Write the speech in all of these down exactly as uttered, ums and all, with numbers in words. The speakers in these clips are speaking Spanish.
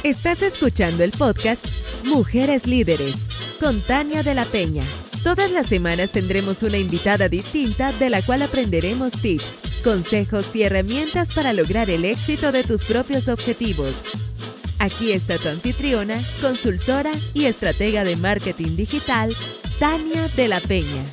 Estás escuchando el podcast Mujeres Líderes con Tania de la Peña. Todas las semanas tendremos una invitada distinta de la cual aprenderemos tips, consejos y herramientas para lograr el éxito de tus propios objetivos. Aquí está tu anfitriona, consultora y estratega de marketing digital, Tania de la Peña.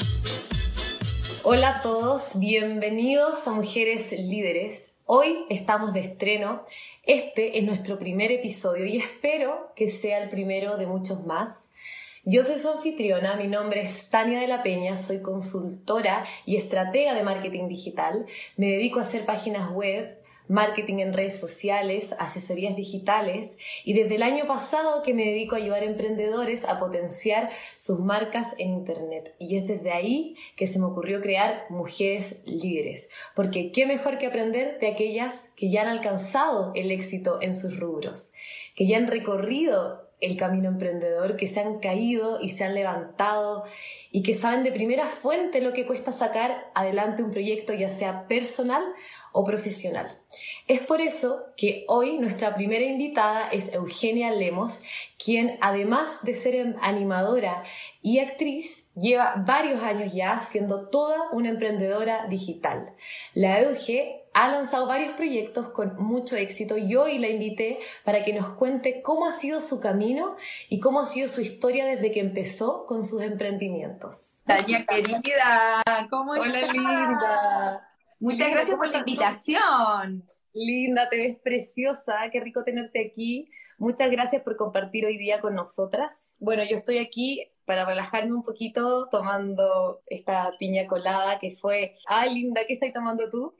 Hola a todos, bienvenidos a Mujeres Líderes. Hoy estamos de estreno. Este es nuestro primer episodio y espero que sea el primero de muchos más. Yo soy su anfitriona, mi nombre es Tania de la Peña, soy consultora y estratega de marketing digital. Me dedico a hacer páginas web, marketing en redes sociales, asesorías digitales y desde el año pasado que me dedico a ayudar a emprendedores a potenciar sus marcas en internet. Y es desde ahí que se me ocurrió crear Mujeres Líderes, porque qué mejor que aprender de aquellas que ya han alcanzado el éxito en sus rubros, que ya han recorrido el camino emprendedor, que se han caído y se han levantado y que saben de primera fuente lo que cuesta sacar adelante un proyecto, ya sea personal o profesional. Es por eso que hoy nuestra primera invitada es Eugenia Lemos, quien además de ser animadora y actriz, lleva varios años ya siendo toda una emprendedora digital. La Euge ha lanzado varios proyectos con mucho éxito y hoy la invité para que nos cuente cómo ha sido su camino y cómo ha sido su historia desde que empezó con sus emprendimientos. Tania querida, ¿cómo estás? Hola linda. Muchas Linda, gracias por la invitación. Linda, te ves preciosa, qué rico tenerte aquí. Muchas gracias por compartir hoy día con nosotras. Bueno, yo estoy aquí para relajarme un poquito tomando esta piña colada que fue... Ay, linda, ¿qué estás tomando tú?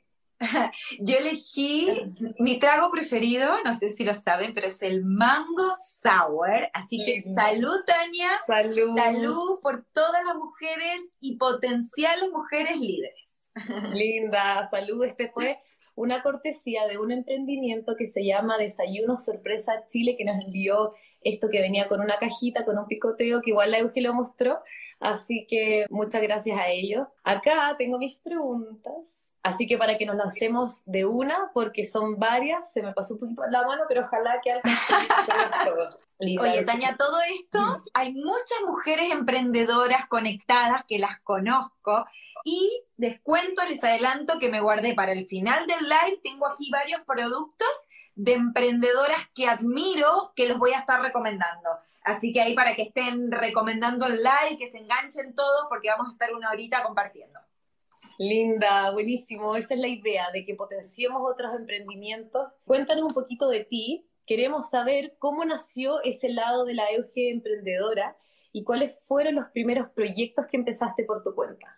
Yo elegí mi trago preferido, no sé si lo saben, pero es el mango sour. Así que salud, Tania. Salud. Salud por todas las mujeres y potenciales mujeres líderes. Linda, salud. Este fue una cortesía de un emprendimiento que se llama Desayuno Sorpresa Chile, que nos envió esto que venía con una cajita, con un picoteo, que igual la Euge lo mostró. Así que muchas gracias a ellos. Acá tengo mis preguntas. Así que para que nos lancemos de una, porque son varias, se me pasó un poquito la mano, pero ojalá que alcance todo. Oye, Tania, todo esto, hay muchas mujeres emprendedoras conectadas que las conozco y les cuento, les adelanto que me guardé para el final del live, tengo aquí varios productos de emprendedoras que admiro, que los voy a estar recomendando. Así que ahí para que estén recomendando el live, que se enganchen todos, porque vamos a estar una horita compartiendo. Linda, buenísimo. Esa es la idea, de que potenciemos otros emprendimientos. Cuéntanos un poquito de ti. Queremos saber cómo nació ese lado de la Euge emprendedora y cuáles fueron los primeros proyectos que empezaste por tu cuenta.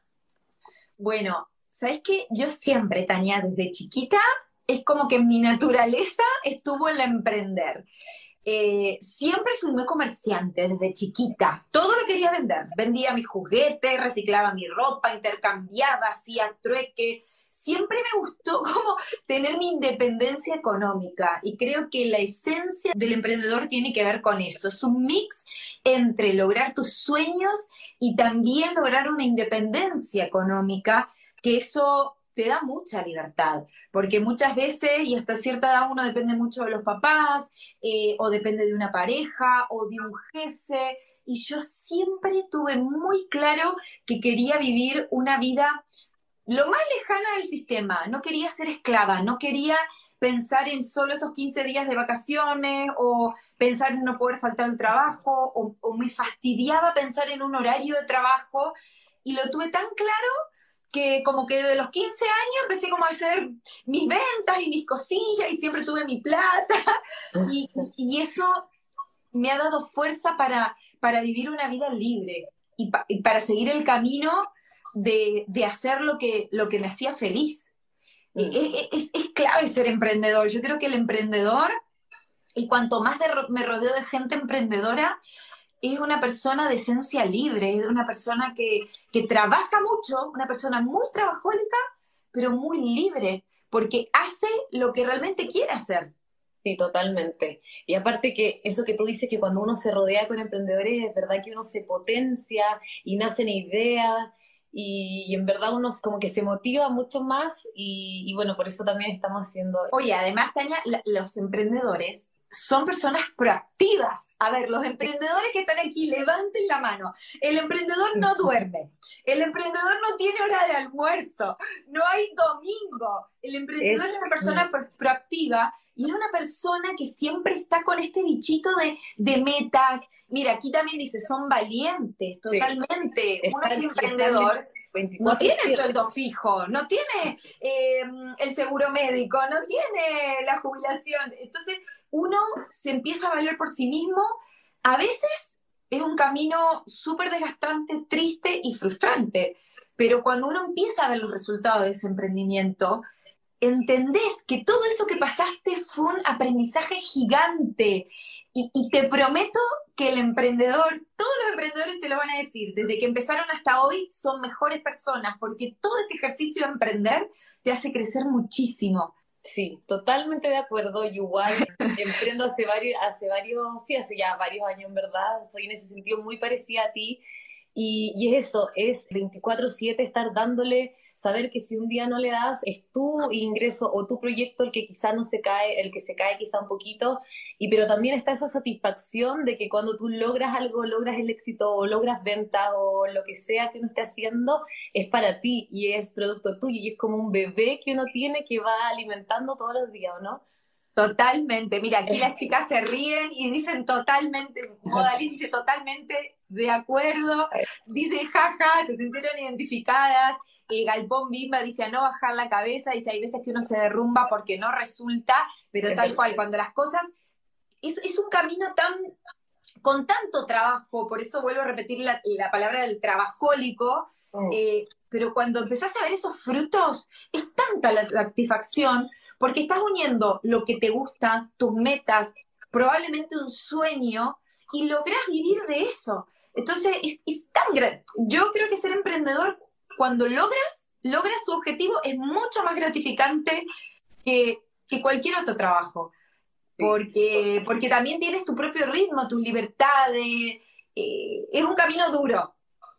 Bueno, ¿sabes qué? Yo siempre, Tania, desde chiquita, es como que mi naturaleza estuvo en la emprender. Eh, siempre fui muy comerciante desde chiquita, todo lo quería vender, vendía mis juguetes, reciclaba mi ropa, intercambiaba, hacía trueque, siempre me gustó como tener mi independencia económica y creo que la esencia del emprendedor tiene que ver con eso, es un mix entre lograr tus sueños y también lograr una independencia económica, que eso te da mucha libertad, porque muchas veces, y hasta cierta edad uno depende mucho de los papás, eh, o depende de una pareja, o de un jefe, y yo siempre tuve muy claro que quería vivir una vida lo más lejana del sistema, no quería ser esclava, no quería pensar en solo esos quince días de vacaciones, o pensar en no poder faltar al trabajo, o, o me fastidiaba pensar en un horario de trabajo, y lo tuve tan claro que como que de los quince años empecé como a hacer mis ventas y mis cosillas y siempre tuve mi plata y, y eso me ha dado fuerza para, para vivir una vida libre y, pa, y para seguir el camino de, de hacer lo que, lo que me hacía feliz. Mm. Es, es, es clave ser emprendedor. Yo creo que el emprendedor, y cuanto más de, me rodeo de gente emprendedora, es una persona de esencia libre, es una persona que, que trabaja mucho, una persona muy trabajólica, pero muy libre, porque hace lo que realmente quiere hacer. Sí, totalmente. Y aparte que eso que tú dices, que cuando uno se rodea con emprendedores, es verdad que uno se potencia y nacen ideas, y, y en verdad uno como que se motiva mucho más, y, y bueno, por eso también estamos haciendo... Oye, además, Tania, la, los emprendedores son personas proactivas. A ver, los emprendedores que están aquí, levanten la mano. El emprendedor no duerme, el emprendedor no tiene hora de almuerzo, no hay domingo. El emprendedor es, es una persona pro proactiva y es una persona que siempre está con este bichito de, de metas. Mira, aquí también dice, son valientes, totalmente. Sí. Uno es emprendedor. No tiene sueldo fijo, no tiene eh, el seguro médico, no tiene la jubilación. Entonces, uno se empieza a valer por sí mismo. A veces es un camino súper desgastante, triste y frustrante. Pero cuando uno empieza a ver los resultados de ese emprendimiento, entendés que todo eso que pasaste fue un aprendizaje gigante. Y, y te prometo que el emprendedor, todos los emprendedores te lo van a decir, desde que empezaron hasta hoy son mejores personas, porque todo este ejercicio de emprender te hace crecer muchísimo. Sí, totalmente de acuerdo. Yo igual emprendo hace varios, hace varios, sí, hace ya varios años, en verdad. Soy en ese sentido muy parecida a ti. Y, y es eso, es veinticuatro siete estar dándole, saber que si un día no le das, es tu ingreso o tu proyecto el que quizá no se cae, el que se cae quizá un poquito, y pero también está esa satisfacción de que cuando tú logras algo, logras el éxito o logras ventas o lo que sea que uno esté haciendo, es para ti y es producto tuyo y es como un bebé que uno tiene que va alimentando todos los días, ¿no? Totalmente, mira, aquí las chicas se ríen y dicen totalmente, Modaliz dice totalmente de acuerdo, dice jaja, se sintieron identificadas. Eh, Galpón Bimba dice a no bajar la cabeza, dice hay veces que uno se derrumba porque no resulta, pero tal cual, cuando las cosas, es, es un camino tan, con tanto trabajo, por eso vuelvo a repetir la, la palabra del trabajólico, oh. eh, pero cuando empezás a ver esos frutos, es tanta la satisfacción, porque estás uniendo lo que te gusta, tus metas, probablemente un sueño, y lográs vivir de eso. Entonces, es, es tan grande. Yo creo que ser emprendedor, cuando logras, logras tu objetivo, es mucho más gratificante que, que cualquier otro trabajo. Porque, porque también tienes tu propio ritmo, tus libertades. Eh, es un camino duro.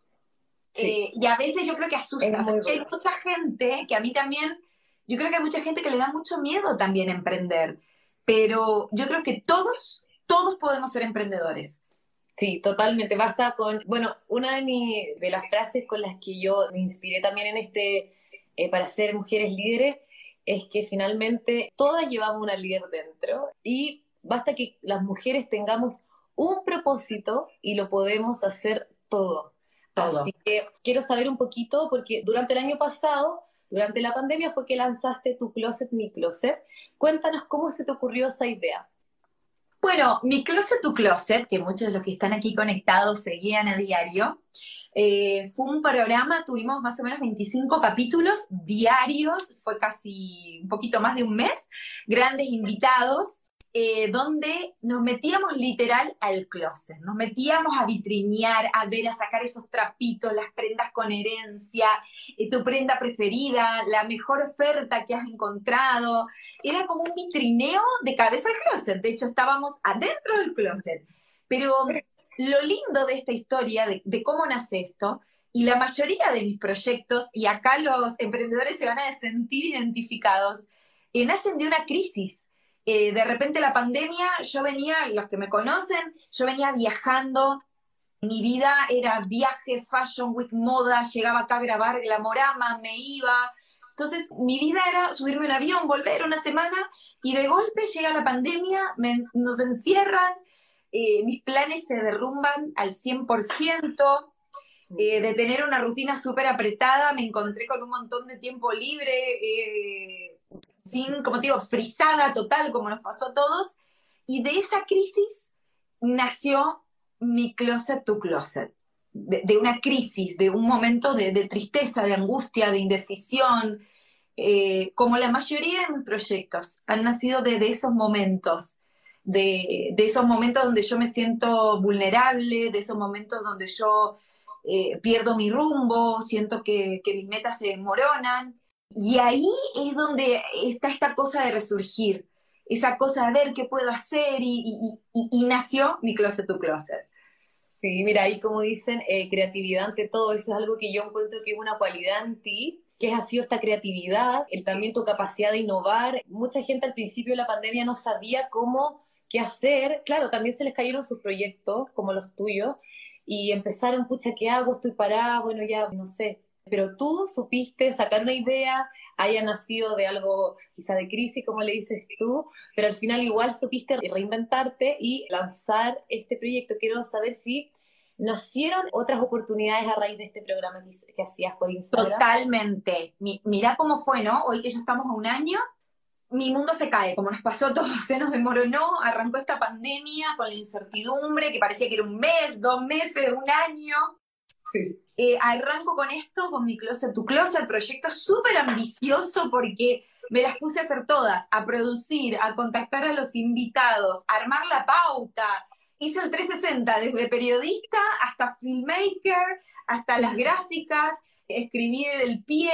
Sí. Eh, y a veces yo creo que asusta. O sea, que hay mucha gente, que a mí también, yo creo que hay mucha gente que le da mucho miedo también emprender. Pero yo creo que todos, todos podemos ser emprendedores. Sí, totalmente. Basta con, bueno, una de, mi, de las frases con las que yo me inspiré también en este, eh, para ser mujeres líderes, es que finalmente todas llevamos una líder dentro y basta que las mujeres tengamos un propósito y lo podemos hacer todo. todo. Así que quiero saber un poquito, porque durante el año pasado, durante la pandemia, fue que lanzaste Tu Closet, Mi Closet. Cuéntanos cómo se te ocurrió esa idea. Bueno, Mi Closet, Tu Closet, que muchos de los que están aquí conectados seguían a diario, eh, fue un programa, tuvimos más o menos veinticinco capítulos diarios, fue casi un poquito más de un mes, grandes invitados, eh, donde nos metíamos literal al closet, nos metíamos a vitrinear, a ver, a sacar esos trapitos, las prendas con herencia, eh, tu prenda preferida, la mejor oferta que has encontrado. Era como un vitrineo de cabeza al closet, de hecho estábamos adentro del closet. Pero lo lindo de esta historia, de, de cómo nace esto, y la mayoría de mis proyectos, y acá los emprendedores se van a sentir identificados, eh, nacen de una crisis. Eh, de repente la pandemia, yo venía, los que me conocen, yo venía viajando, mi vida era viaje, fashion week, moda, llegaba acá a grabar Glamorama, me iba. Entonces mi vida era subirme a un avión, volver una semana, y de golpe llega la pandemia, me, nos encierran, eh, mis planes se derrumban al cien por ciento, eh, de tener una rutina súper apretada, me encontré con un montón de tiempo libre, eh, sin, como te digo, frisada total, como nos pasó a todos, y de esa crisis nació Mi Closet, Tu Closet, de, de una crisis, de un momento de, de tristeza, de angustia, de indecisión, eh, como la mayoría de mis proyectos han nacido de, de esos momentos, de, de esos momentos donde yo me siento vulnerable, de esos momentos donde yo eh, pierdo mi rumbo, siento que, que mis metas se desmoronan. Y ahí es donde está esta cosa de resurgir, esa cosa de ver qué puedo hacer, y, y, y, y nació Mi Closet, Tu Closet. Sí, mira, ahí como dicen, eh, creatividad ante todo, eso es algo que yo encuentro que es una cualidad en ti, que ha sido esta creatividad, el, también tu capacidad de innovar. Mucha gente al principio de la pandemia no sabía cómo, qué hacer. Claro, también se les cayeron sus proyectos, como los tuyos, y empezaron, pucha, ¿qué hago? Estoy parada, bueno, ya, no sé. Pero tú supiste sacar una idea, haya nacido de algo quizá de crisis, como le dices tú, pero al final igual supiste reinventarte y lanzar este proyecto. Quiero saber si nacieron otras oportunidades a raíz de este programa que, que hacías por Instagram. Totalmente. Mi, mirá cómo fue, ¿no? Hoy que ya estamos a un año, mi mundo se cae, como nos pasó a todos, se nos desmoronó, arrancó esta pandemia con la incertidumbre, que parecía que era un mes, dos meses, un año. Sí. Eh, arranco con esto, con mi Closet to Closet, proyecto súper ambicioso porque me las puse a hacer todas, a producir, a contactar a los invitados, a armar la pauta. Hice el trescientos sesenta, desde periodista hasta filmmaker, hasta las gráficas, escribir el pie,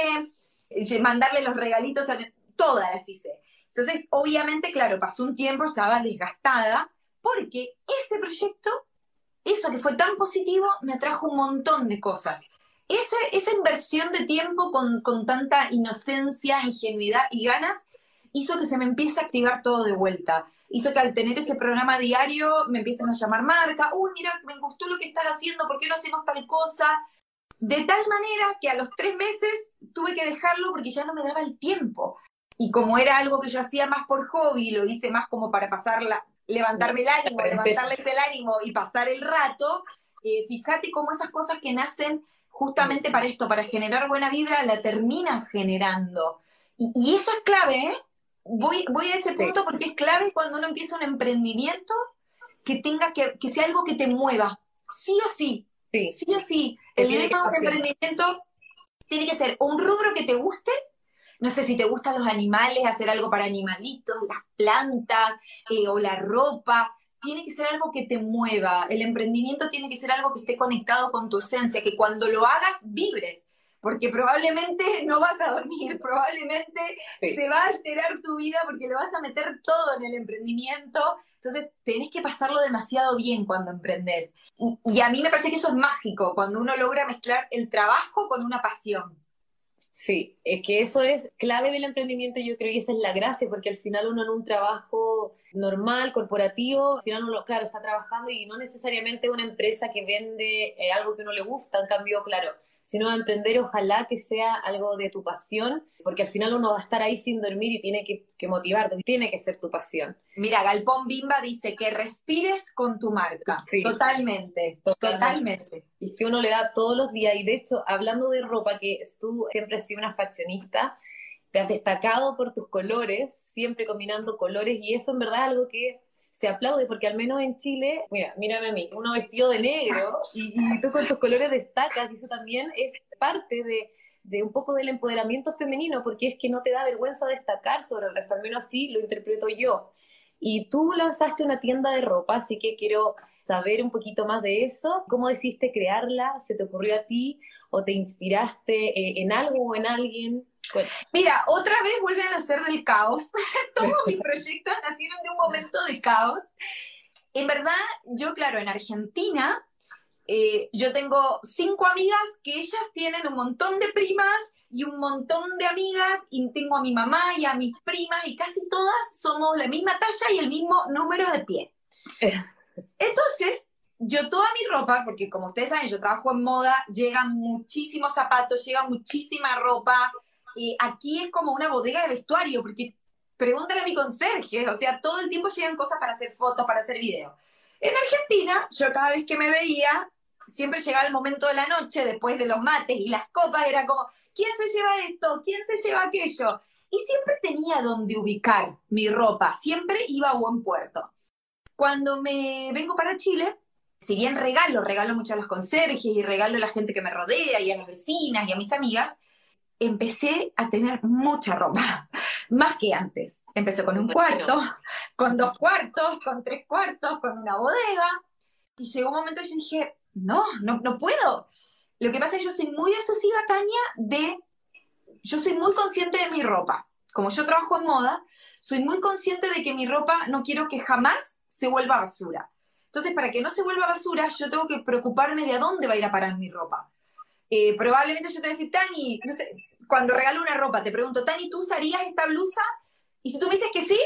mandarle los regalitos, a... todas las hice. Entonces, obviamente, claro, pasó un tiempo, estaba desgastada, porque ese proyecto, eso que fue tan positivo, me atrajo un montón de cosas. Esa, esa inversión de tiempo con, con tanta inocencia, ingenuidad y ganas, hizo que se me empiece a activar todo de vuelta. Hizo que al tener ese programa diario me empiecen a llamar marca, uy, mira, me gustó lo que estás haciendo, ¿por qué no hacemos tal cosa? De tal manera que a los tres meses tuve que dejarlo porque ya no me daba el tiempo. Y como era algo que yo hacía más por hobby, lo hice más como para pasarla, levantarme el ánimo, levantarles el ánimo y pasar el rato, eh, fíjate cómo esas cosas que nacen justamente para esto, para generar buena vibra, la terminan generando. Y, y eso es clave, ¿eh? Voy, voy a ese punto porque es clave cuando uno empieza un emprendimiento que tenga que, que sea algo que te mueva, sí o sí, sí, sí o sí. El lema de un emprendimiento tiene que ser un rubro que te guste. No sé si te gustan los animales, hacer algo para animalitos, las plantas eh, o la ropa. Tiene que ser algo que te mueva. El emprendimiento tiene que ser algo que esté conectado con tu esencia, que cuando lo hagas vibres. Porque probablemente no vas a dormir, probablemente sí. Se va a alterar tu vida porque lo vas a meter todo en el emprendimiento. Entonces tenés que pasarlo demasiado bien cuando emprendés. Y, y a mí me parece que eso es mágico, cuando uno logra mezclar el trabajo con una pasión. Sí, es que eso es clave del emprendimiento, yo creo que esa es la gracia, porque al final uno en un trabajo normal, corporativo, al final uno, claro, está trabajando y no necesariamente una empresa que vende eh, algo que no le gusta, en cambio, claro, si uno va a emprender, ojalá que sea algo de tu pasión, porque al final uno va a estar ahí sin dormir y tiene que, que motivarte, tiene que ser tu pasión. Mira, Galpón Bimba dice que respires con tu marca. Sí. Totalmente, totalmente, totalmente. Y es que uno le da todos los días, y de hecho, hablando de ropa, que tú siempre has sido una fashionista, te has destacado por tus colores, siempre combinando colores, y eso en verdad es algo que se aplaude, porque al menos en Chile, mira, mírame a mí, uno vestido de negro, y, y tú con tus colores destacas, y eso también es parte de, de un poco del empoderamiento femenino, porque es que no te da vergüenza destacar sobre el resto, al menos así lo interpreto yo. Y tú lanzaste una tienda de ropa, así que quiero saber un poquito más de eso. ¿Cómo decidiste crearla? ¿Se te ocurrió a ti? ¿O te inspiraste eh, en algo o en alguien? Bueno. Mira, otra vez vuelven a nacer del caos. Todos mis proyectos nacieron de un momento de caos. En verdad, yo, claro, en Argentina, eh, yo tengo cinco amigas que ellas tienen un montón de primas y un montón de amigas, y tengo a mi mamá y a mis primas, y casi todas somos la misma talla y el mismo número de pie. Entonces, yo toda mi ropa, porque como ustedes saben, yo trabajo en moda, llegan muchísimos zapatos, llega muchísima ropa, y aquí es como una bodega de vestuario, porque pregúntale a mi conserje, o sea, todo el tiempo llegan cosas para hacer fotos, para hacer videos. En Argentina, yo cada vez que me veía, siempre llegaba el momento de la noche, después de los mates y las copas, era como, ¿quién se lleva esto? ¿Quién se lleva aquello? Y siempre tenía donde ubicar mi ropa, siempre iba a buen puerto. Cuando me vengo para Chile, si bien regalo, regalo mucho a los conserjes y regalo a la gente que me rodea y a las vecinas y a mis amigas, empecé a tener mucha ropa, más que antes. Empecé con un cuarto, con dos cuartos, con tres cuartos, con una bodega, y llegó un momento que yo dije, no, no, no puedo. Lo que pasa es que yo soy muy obsesiva, Tania, de... Yo soy muy consciente de mi ropa. Como yo trabajo en moda, soy muy consciente de que mi ropa no quiero que jamás se vuelva basura. Entonces, para que no se vuelva basura, yo tengo que preocuparme de a dónde va a ir a parar mi ropa. Eh, probablemente yo te voy a decir, Tani, no sé, cuando regalo una ropa, te pregunto, Tani, ¿tú usarías esta blusa? Y si tú me dices que sí,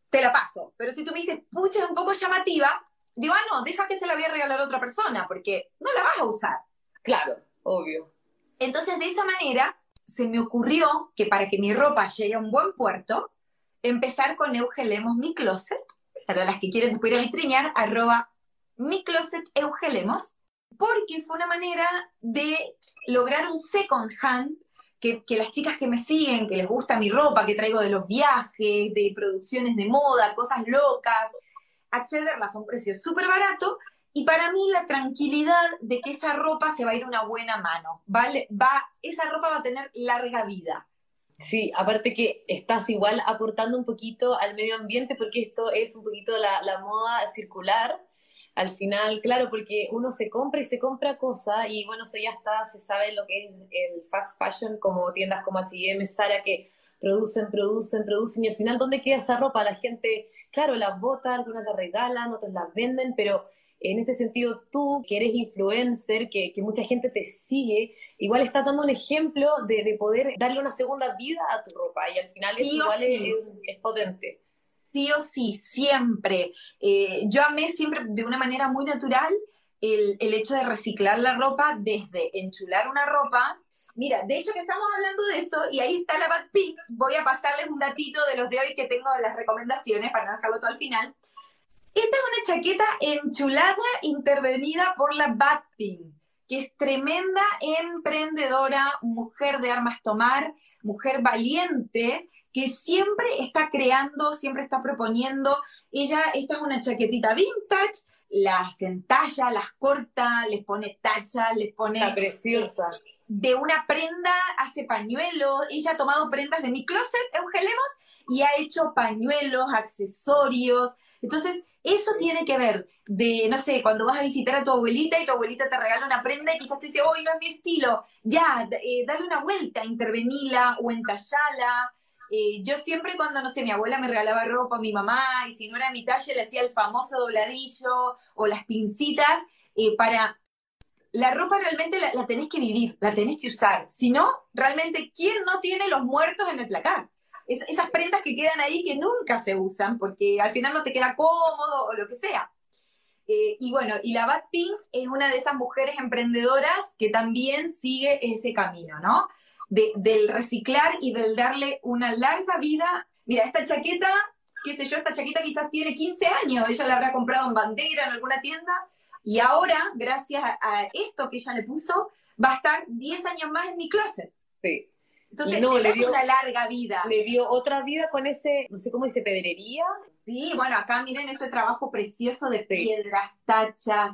te la paso. Pero si tú me dices, pucha, es un poco llamativa, digo, ah, no, deja que se la voy a regalar a otra persona, porque no la vas a usar. Claro, obvio. Entonces, de esa manera, se me ocurrió que para que mi ropa llegue a un buen puerto, empezar con Eugelemos Mi Closet, para las que quieren después ir a vitrinear, arroba Mi Closet Eugelemos, porque fue una manera de lograr un second hand, que, que las chicas que me siguen, que les gusta mi ropa, que traigo de los viajes, de producciones de moda, cosas locas, accederlas a un precio súper barato, y para mí la tranquilidad de que esa ropa se va a ir a una buena mano, ¿vale? Va, esa ropa va a tener larga vida. Sí, aparte que estás igual aportando un poquito al medio ambiente, porque esto es un poquito la, la moda circular. Al final, claro, porque uno se compra y se compra cosas, y bueno, eso ya está, se sabe lo que es el fast fashion, como tiendas como H y M, Zara, que producen, producen, producen, y al final, ¿dónde queda esa ropa? La gente, claro, las bota, algunas las regalan, otras las venden, pero en este sentido, tú, que eres influencer, que, que mucha gente te sigue, igual estás dando un ejemplo de, de poder darle una segunda vida a tu ropa, y al final eso Sí o igual sí. es, es potente. Sí o sí, siempre. Eh, yo amé siempre de una manera muy natural el, el hecho de reciclar la ropa, desde enchular una ropa. Mira, de hecho que estamos hablando de eso, y ahí está la Bad Pink. Voy a pasarles un datito de los de hoy que tengo de las recomendaciones, para no dejarlo todo al final. Esta es una chaqueta enchulada, intervenida por la Bad Pink, que es tremenda emprendedora, mujer de armas tomar, mujer valiente, que siempre está creando, siempre está proponiendo. Ella, esta es una chaquetita vintage, las entalla, las corta, les pone tacha, les pone... Está preciosa. Eh, de una prenda hace pañuelos. Ella ha tomado prendas de Mi Closet, Eugelemos, y ha hecho pañuelos, accesorios. Entonces, eso tiene que ver de, no sé, cuando vas a visitar a tu abuelita y tu abuelita te regala una prenda y quizás tú dices, oh, no es mi estilo. Ya, eh, dale una vuelta, intervenila o entallala. Eh, yo siempre cuando, no sé, mi abuela me regalaba ropa, mi mamá, y si no era mi talla, le hacía el famoso dobladillo o las pincitas, eh, para... La ropa realmente la, la tenés que vivir, la tenés que usar. Si no, realmente, ¿quién no tiene los muertos en el placar? Es, esas prendas que quedan ahí que nunca se usan porque al final no te queda cómodo o lo que sea. Eh, y bueno, y la Bad Pink es una de esas mujeres emprendedoras que también sigue ese camino, ¿no? De, del reciclar y del darle una larga vida. Mira, esta chaqueta, qué sé yo, esta chaqueta quizás tiene quince años, ella la habrá comprado en bandera, en alguna tienda, y ahora, gracias a esto que ella le puso, va a estar diez años más en Mi Closet. Sí. Entonces, no, le le dio una larga vida. Le dio otra vida con ese, no sé cómo dice, pedrería. Sí, bueno, acá miren ese trabajo precioso de piedras, tachas,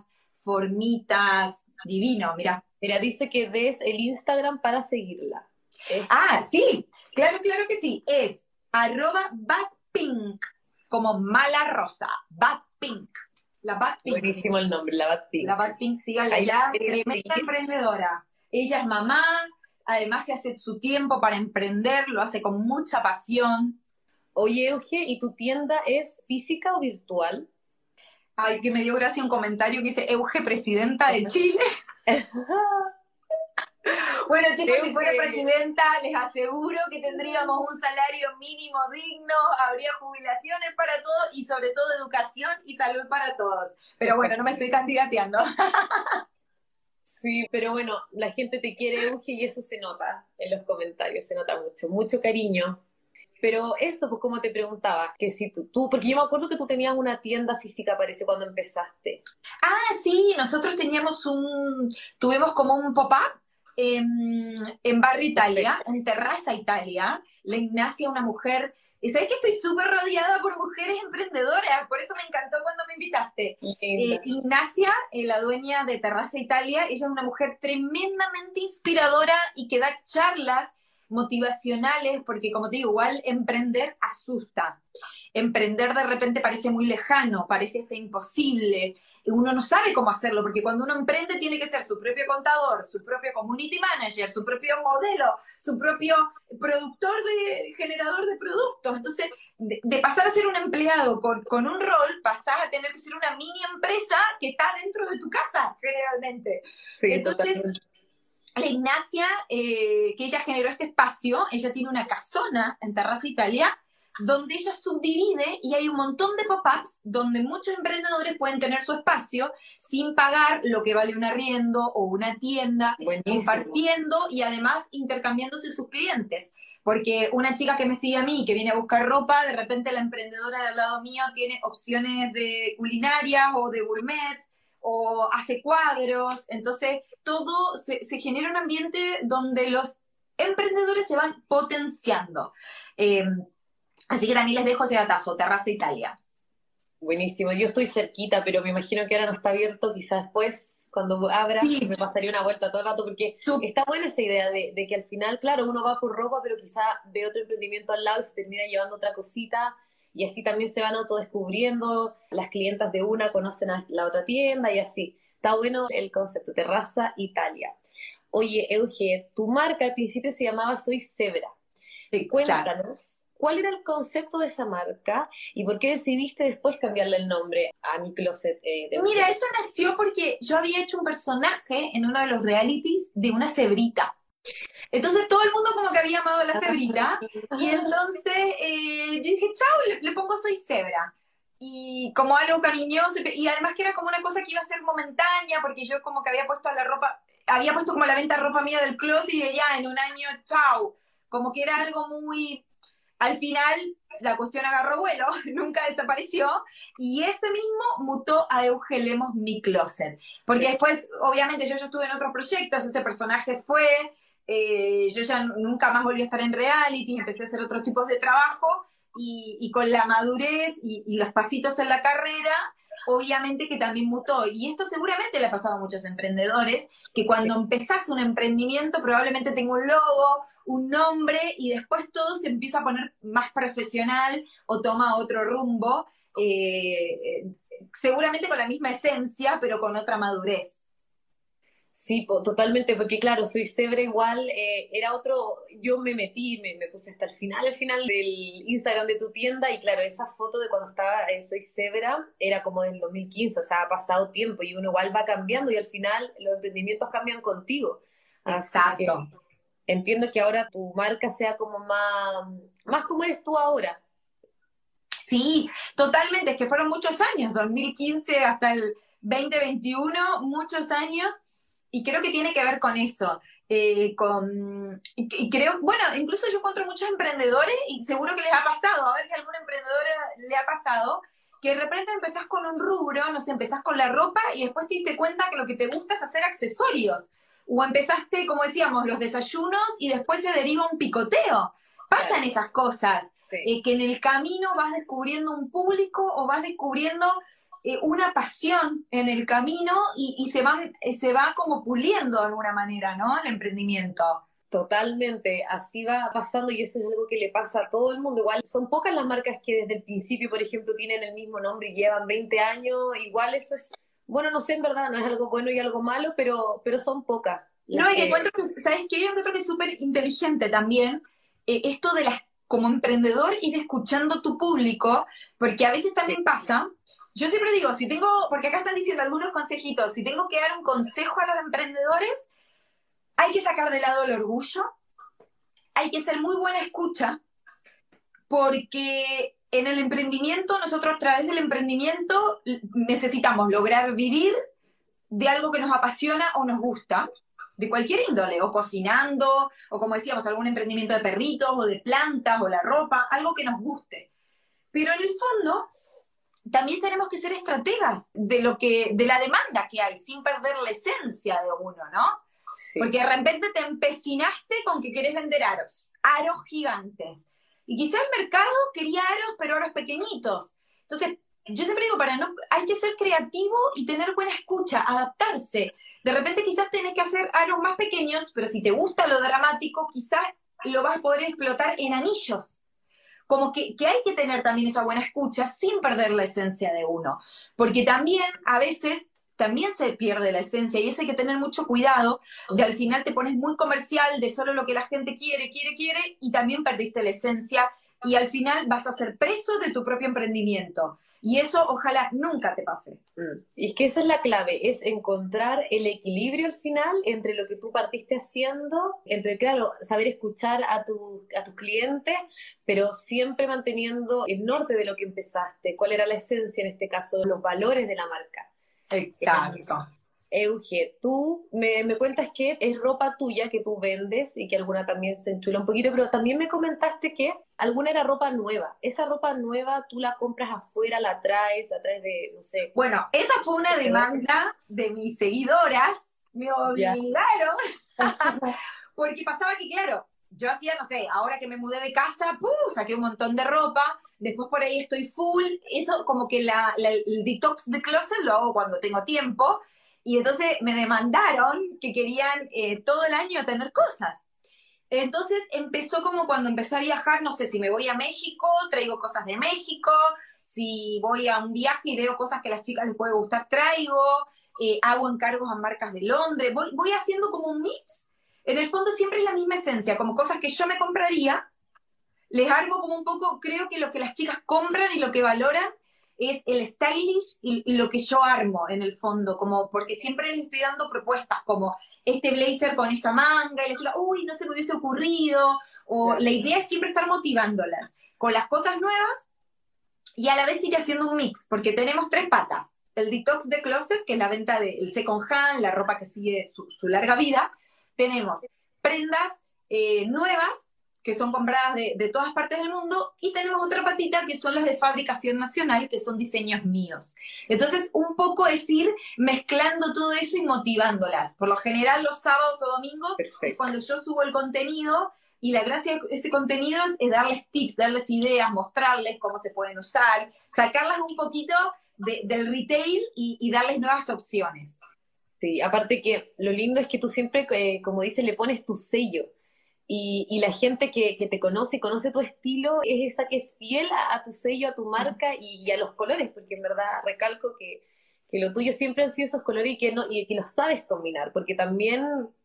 formitas, divino, mira. Mira, dice que des el Instagram para seguirla. Es... Ah, sí, claro, claro que sí. Es arroba badpink, como mala rosa, badpink. La Bad Pink. Buenísimo el nombre, la Bad Pink. La Bad Pink, síganla ya, tremenda emprendedora. Ella es mamá, además se hace su tiempo para emprender, lo hace con mucha pasión. Oye, Euge, ¿y tu tienda es física o virtual? Ay, que me dio gracia un comentario que dice, Euge, presidenta de Chile. Bueno, chicos, si fuera presidenta, les aseguro que tendríamos un salario mínimo digno, habría jubilaciones para todos y sobre todo educación y salud para todos. Pero bueno, no me estoy candidateando. Sí, pero bueno, la gente te quiere, Euge, y eso se nota en los comentarios, se nota mucho, mucho cariño. Pero eso, pues como te preguntaba, que si tú, tú, porque yo me acuerdo que tú tenías una tienda física, parece, cuando empezaste. Ah, sí, nosotros teníamos un, tuvimos como un pop-up, En, en Barrio Italia, en Terraza Italia. La Ignacia, una mujer, y sabes que estoy súper rodeada por mujeres emprendedoras, por eso me encantó cuando me invitaste. Eh, Ignacia, eh, la dueña de Terraza Italia, ella es una mujer tremendamente inspiradora y que da charlas motivacionales, porque como te digo, igual emprender asusta. Emprender de repente parece muy lejano, parece hasta imposible. Uno no sabe cómo hacerlo, porque cuando uno emprende tiene que ser su propio contador, su propio community manager, su propio modelo, su propio productor de generador de productos. Entonces, de, de pasar a ser un empleado con, con un rol, pasás a tener que ser una mini empresa que está dentro de tu casa, generalmente. Sí, entonces, totalmente. La Ignacia, eh, que ella generó este espacio, ella tiene una casona en Terraza Italia, donde ella subdivide y hay un montón de pop-ups donde muchos emprendedores pueden tener su espacio sin pagar lo que vale un arriendo o una tienda, Buenísimo. Compartiendo y además intercambiándose sus clientes. Porque una chica que me sigue a mí, que viene a buscar ropa, de repente la emprendedora del lado mío tiene opciones de culinaria o de gourmet, o hace cuadros. Entonces todo se, se genera un ambiente donde los emprendedores se van potenciando. Eh, así que también les dejo ese datazo, Terraza Italia. Buenísimo, yo estoy cerquita, pero me imagino que ahora no está abierto, quizás después, cuando abra, Sí. me pasaría una vuelta todo el rato, porque Tú- está buena esa idea de, de que al final, claro, uno va por ropa, pero quizás ve otro emprendimiento al lado y se termina llevando otra cosita, y así también se van autodescubriendo, las clientas de una conocen a la otra tienda, y así. Está bueno el concepto, Terraza Italia. Oye, Euge, tu marca al principio se llamaba Soy Zebra. Exacto. Cuéntanos, ¿cuál era el concepto de esa marca y por qué decidiste después cambiarle el nombre a Mi Closet? Eh, de Mira, Euge? eso nació porque yo había hecho un personaje en uno de los realities de una cebrita. Entonces todo el mundo como que había amado a la cebrita y entonces eh, yo dije, chao, le, le pongo Soy Zebra. Y como algo cariñoso, y además que era como una cosa que iba a ser momentánea, porque yo como que había puesto a la ropa, había puesto como a la venta ropa mía del closet y ya en un año, chao. Como que era algo muy... Al final la cuestión agarró vuelo, nunca desapareció, y ese mismo mutó a Eugelemos Mi Closet. Porque después, obviamente, yo ya estuve en otros proyectos, ese personaje fue, eh, yo ya nunca más volví a estar en reality, empecé a hacer otros tipos de trabajo, y, y con la madurez y, y los pasitos en la carrera, obviamente que también mutó. Y esto seguramente le ha pasado a muchos emprendedores, que cuando empezás un emprendimiento probablemente tenga un logo, un nombre, y después todo se empieza a poner más profesional o toma otro rumbo, eh, seguramente con la misma esencia, pero con otra madurez. Sí, po, totalmente, porque claro, Soy Zebra igual, eh, era otro, yo me metí, me, me puse hasta el final, al final del Instagram de tu tienda, y claro, esa foto de cuando estaba eh, Soy Zebra era como del dos mil quince, o sea, ha pasado tiempo y uno igual va cambiando y al final los emprendimientos cambian contigo. Así Exacto. que entiendo que ahora tu marca sea como más, más como eres tú ahora. Sí, totalmente, es que fueron muchos años, dos mil quince hasta el veinte veintiuno, muchos años, y creo que tiene que ver con eso. Eh, con, y, y creo, bueno, incluso yo encuentro muchos emprendedores, y seguro que les ha pasado, a ver si a algún emprendedor le ha pasado, que de repente empezás con un rubro, no sé, empezás con la ropa, y después te diste cuenta que lo que te gusta es hacer accesorios. O empezaste, como decíamos, los desayunos, y después se deriva un picoteo. Pasan esas cosas. Sí. Eh, que en el camino vas descubriendo un público o vas descubriendo eh, una pasión en el camino y, y se, van, eh, se va como puliendo de alguna manera, ¿no? El emprendimiento. Totalmente, así va pasando y eso es algo que le pasa a todo el mundo. Igual son pocas las marcas que desde el principio, por ejemplo, tienen el mismo nombre y llevan veinte años. Igual eso es, bueno, no sé, en verdad, no es algo bueno y algo malo, pero, pero son pocas. No, y que encuentro que, ¿sabes qué? Yo encuentro que es súper inteligente también eh, esto de las, como emprendedor, ir escuchando tu público, porque a veces también pasa, yo siempre digo, si tengo, porque acá están diciendo algunos consejitos, si tengo que dar un consejo a los emprendedores, hay que sacar de lado el orgullo, hay que ser muy buena escucha, porque en el emprendimiento, nosotros a través del emprendimiento necesitamos lograr vivir de algo que nos apasiona o nos gusta, de cualquier índole, o cocinando, o como decíamos, algún emprendimiento de perritos, o de plantas, o la ropa, algo que nos guste. Pero en el fondo, también tenemos que ser estrategas de lo que, de la demanda que hay, sin perder la esencia de uno, ¿no? Sí. Porque de repente te empecinaste con que querés vender aros, aros gigantes. Y quizá el mercado quería aros, pero aros pequeñitos. Entonces, yo siempre digo, para no, hay que ser creativo y tener buena escucha, adaptarse. De repente quizás tenés que hacer aros más pequeños, pero si te gusta lo dramático, quizás lo vas a poder explotar en anillos. Como que, que hay que tener también esa buena escucha sin perder la esencia de uno. Porque también, a veces, también se pierde la esencia y eso hay que tener mucho cuidado, de al final te pones muy comercial, de solo lo que la gente quiere, quiere, quiere, y también perdiste la esencia y al final vas a ser preso de tu propio emprendimiento. Y eso ojalá nunca te pase. Mm. Y es que esa es la clave, es encontrar el equilibrio al final entre lo que tú partiste haciendo, entre, claro, saber escuchar a, tu, a tus clientes, pero siempre manteniendo el norte de lo que empezaste, cuál era la esencia en este caso, los valores de la marca. Exacto. Euge, tú me, me cuentas que es ropa tuya que tú vendes y que alguna también se enchula un poquito, pero también me comentaste que alguna era ropa nueva. ¿Esa ropa nueva tú la compras afuera, la traes, la traes de, no sé? Bueno, esa fue una demanda de mis seguidoras, me obligaron, porque pasaba que, claro, yo hacía, no sé, ahora que me mudé de casa, ¡pum!, saqué un montón de ropa, después por ahí estoy full, eso como que la, la, el detox de closet lo hago cuando tengo tiempo, y entonces me demandaron que querían eh, todo el año tener cosas. Entonces empezó como cuando empecé a viajar, no sé, si me voy a México, traigo cosas de México, si voy a un viaje y veo cosas que a las chicas les puede gustar, traigo, eh, hago encargos a marcas de Londres, voy, voy haciendo como un mix. En el fondo siempre es la misma esencia, como cosas que yo me compraría, les hago como un poco, creo que lo que las chicas compran y lo que valoran es el stylish y, y lo que yo armo en el fondo, como porque siempre les estoy dando propuestas como este blazer con esta manga y la chica, uy, no se me hubiese ocurrido, o claro. La idea es siempre estar motivándolas con las cosas nuevas y a la vez ir haciendo un mix, porque tenemos tres patas, el detox de closet, que es la venta del second hand, la ropa que sigue su, su larga vida, tenemos prendas eh, nuevas, que son compradas de, de todas partes del mundo, y tenemos otra patita que son las de fabricación nacional, que son diseños míos. Entonces, un poco es ir mezclando todo eso y motivándolas. Por lo general, los sábados o domingos Perfecto. Es cuando yo subo el contenido, y la gracia de ese contenido es, es darles tips, darles ideas, mostrarles cómo se pueden usar, sacarlas un poquito de, del retail y, y darles nuevas opciones. Sí, aparte que lo lindo es que tú siempre, eh, como dices, le pones tu sello. Y, y la gente que, que te conoce y conoce tu estilo es esa que es fiel a, a tu sello, a tu marca y, y a los colores, porque en verdad recalco que, que lo tuyo siempre han sido esos colores y que, no, y que los sabes combinar, porque también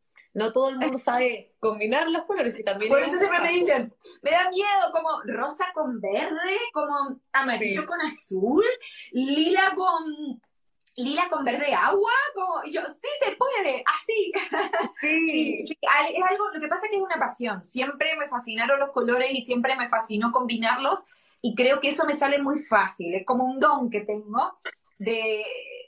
no todo el mundo sabe combinar los colores. Y también por eso siempre me dicen, me da miedo, como rosa con verde, como amarillo sí. con azul, lila con... lila con verde agua, como, y yo, sí se puede, así. Sí. Sí, sí, es algo, lo que pasa es que es una pasión, siempre me fascinaron los colores y siempre me fascinó combinarlos, y creo que eso me sale muy fácil, es como un don que tengo, de,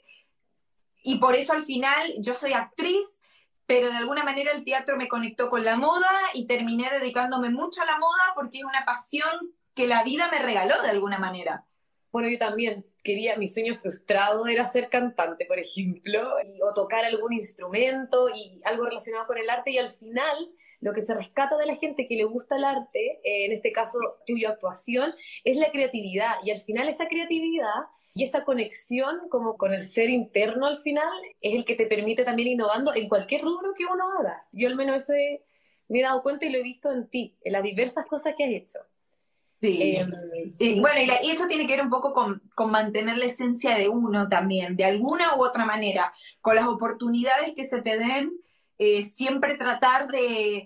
y por eso al final yo soy actriz, pero de alguna manera el teatro me conectó con la moda, y terminé dedicándome mucho a la moda, porque es una pasión que la vida me regaló de alguna manera. Bueno, yo también quería, mi sueño frustrado era ser cantante, por ejemplo, y, o tocar algún instrumento y algo relacionado con el arte, y al final lo que se rescata de la gente que le gusta el arte, eh, en este caso tuyo actuación, es la creatividad, y al final esa creatividad y esa conexión como con el ser interno al final es el que te permite también innovando en cualquier rubro que uno haga. Yo al menos eso he, me he dado cuenta y lo he visto en ti, en las diversas cosas que has hecho. Sí. Eh, y, bueno, y, la, y eso tiene que ver un poco con, con mantener la esencia de uno también, de alguna u otra manera, con las oportunidades que se te den, eh, siempre tratar de...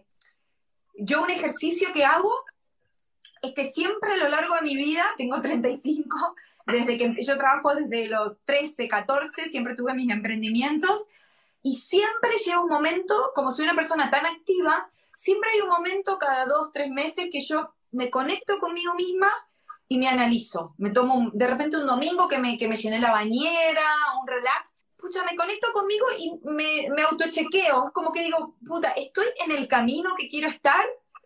Yo un ejercicio que hago es que siempre a lo largo de mi vida, tengo treinta y cinco, desde que yo trabajo desde los trece, catorce, siempre tuve mis emprendimientos, y siempre llega un momento, como soy una persona tan activa, siempre hay un momento cada dos, tres meses que yo me conecto conmigo misma y me analizo. Me tomo un, de repente un domingo que me, que me llené la bañera, un relax. Pucha, me conecto conmigo y me, me autochequeo. Es como que digo, puta, estoy en el camino que quiero estar,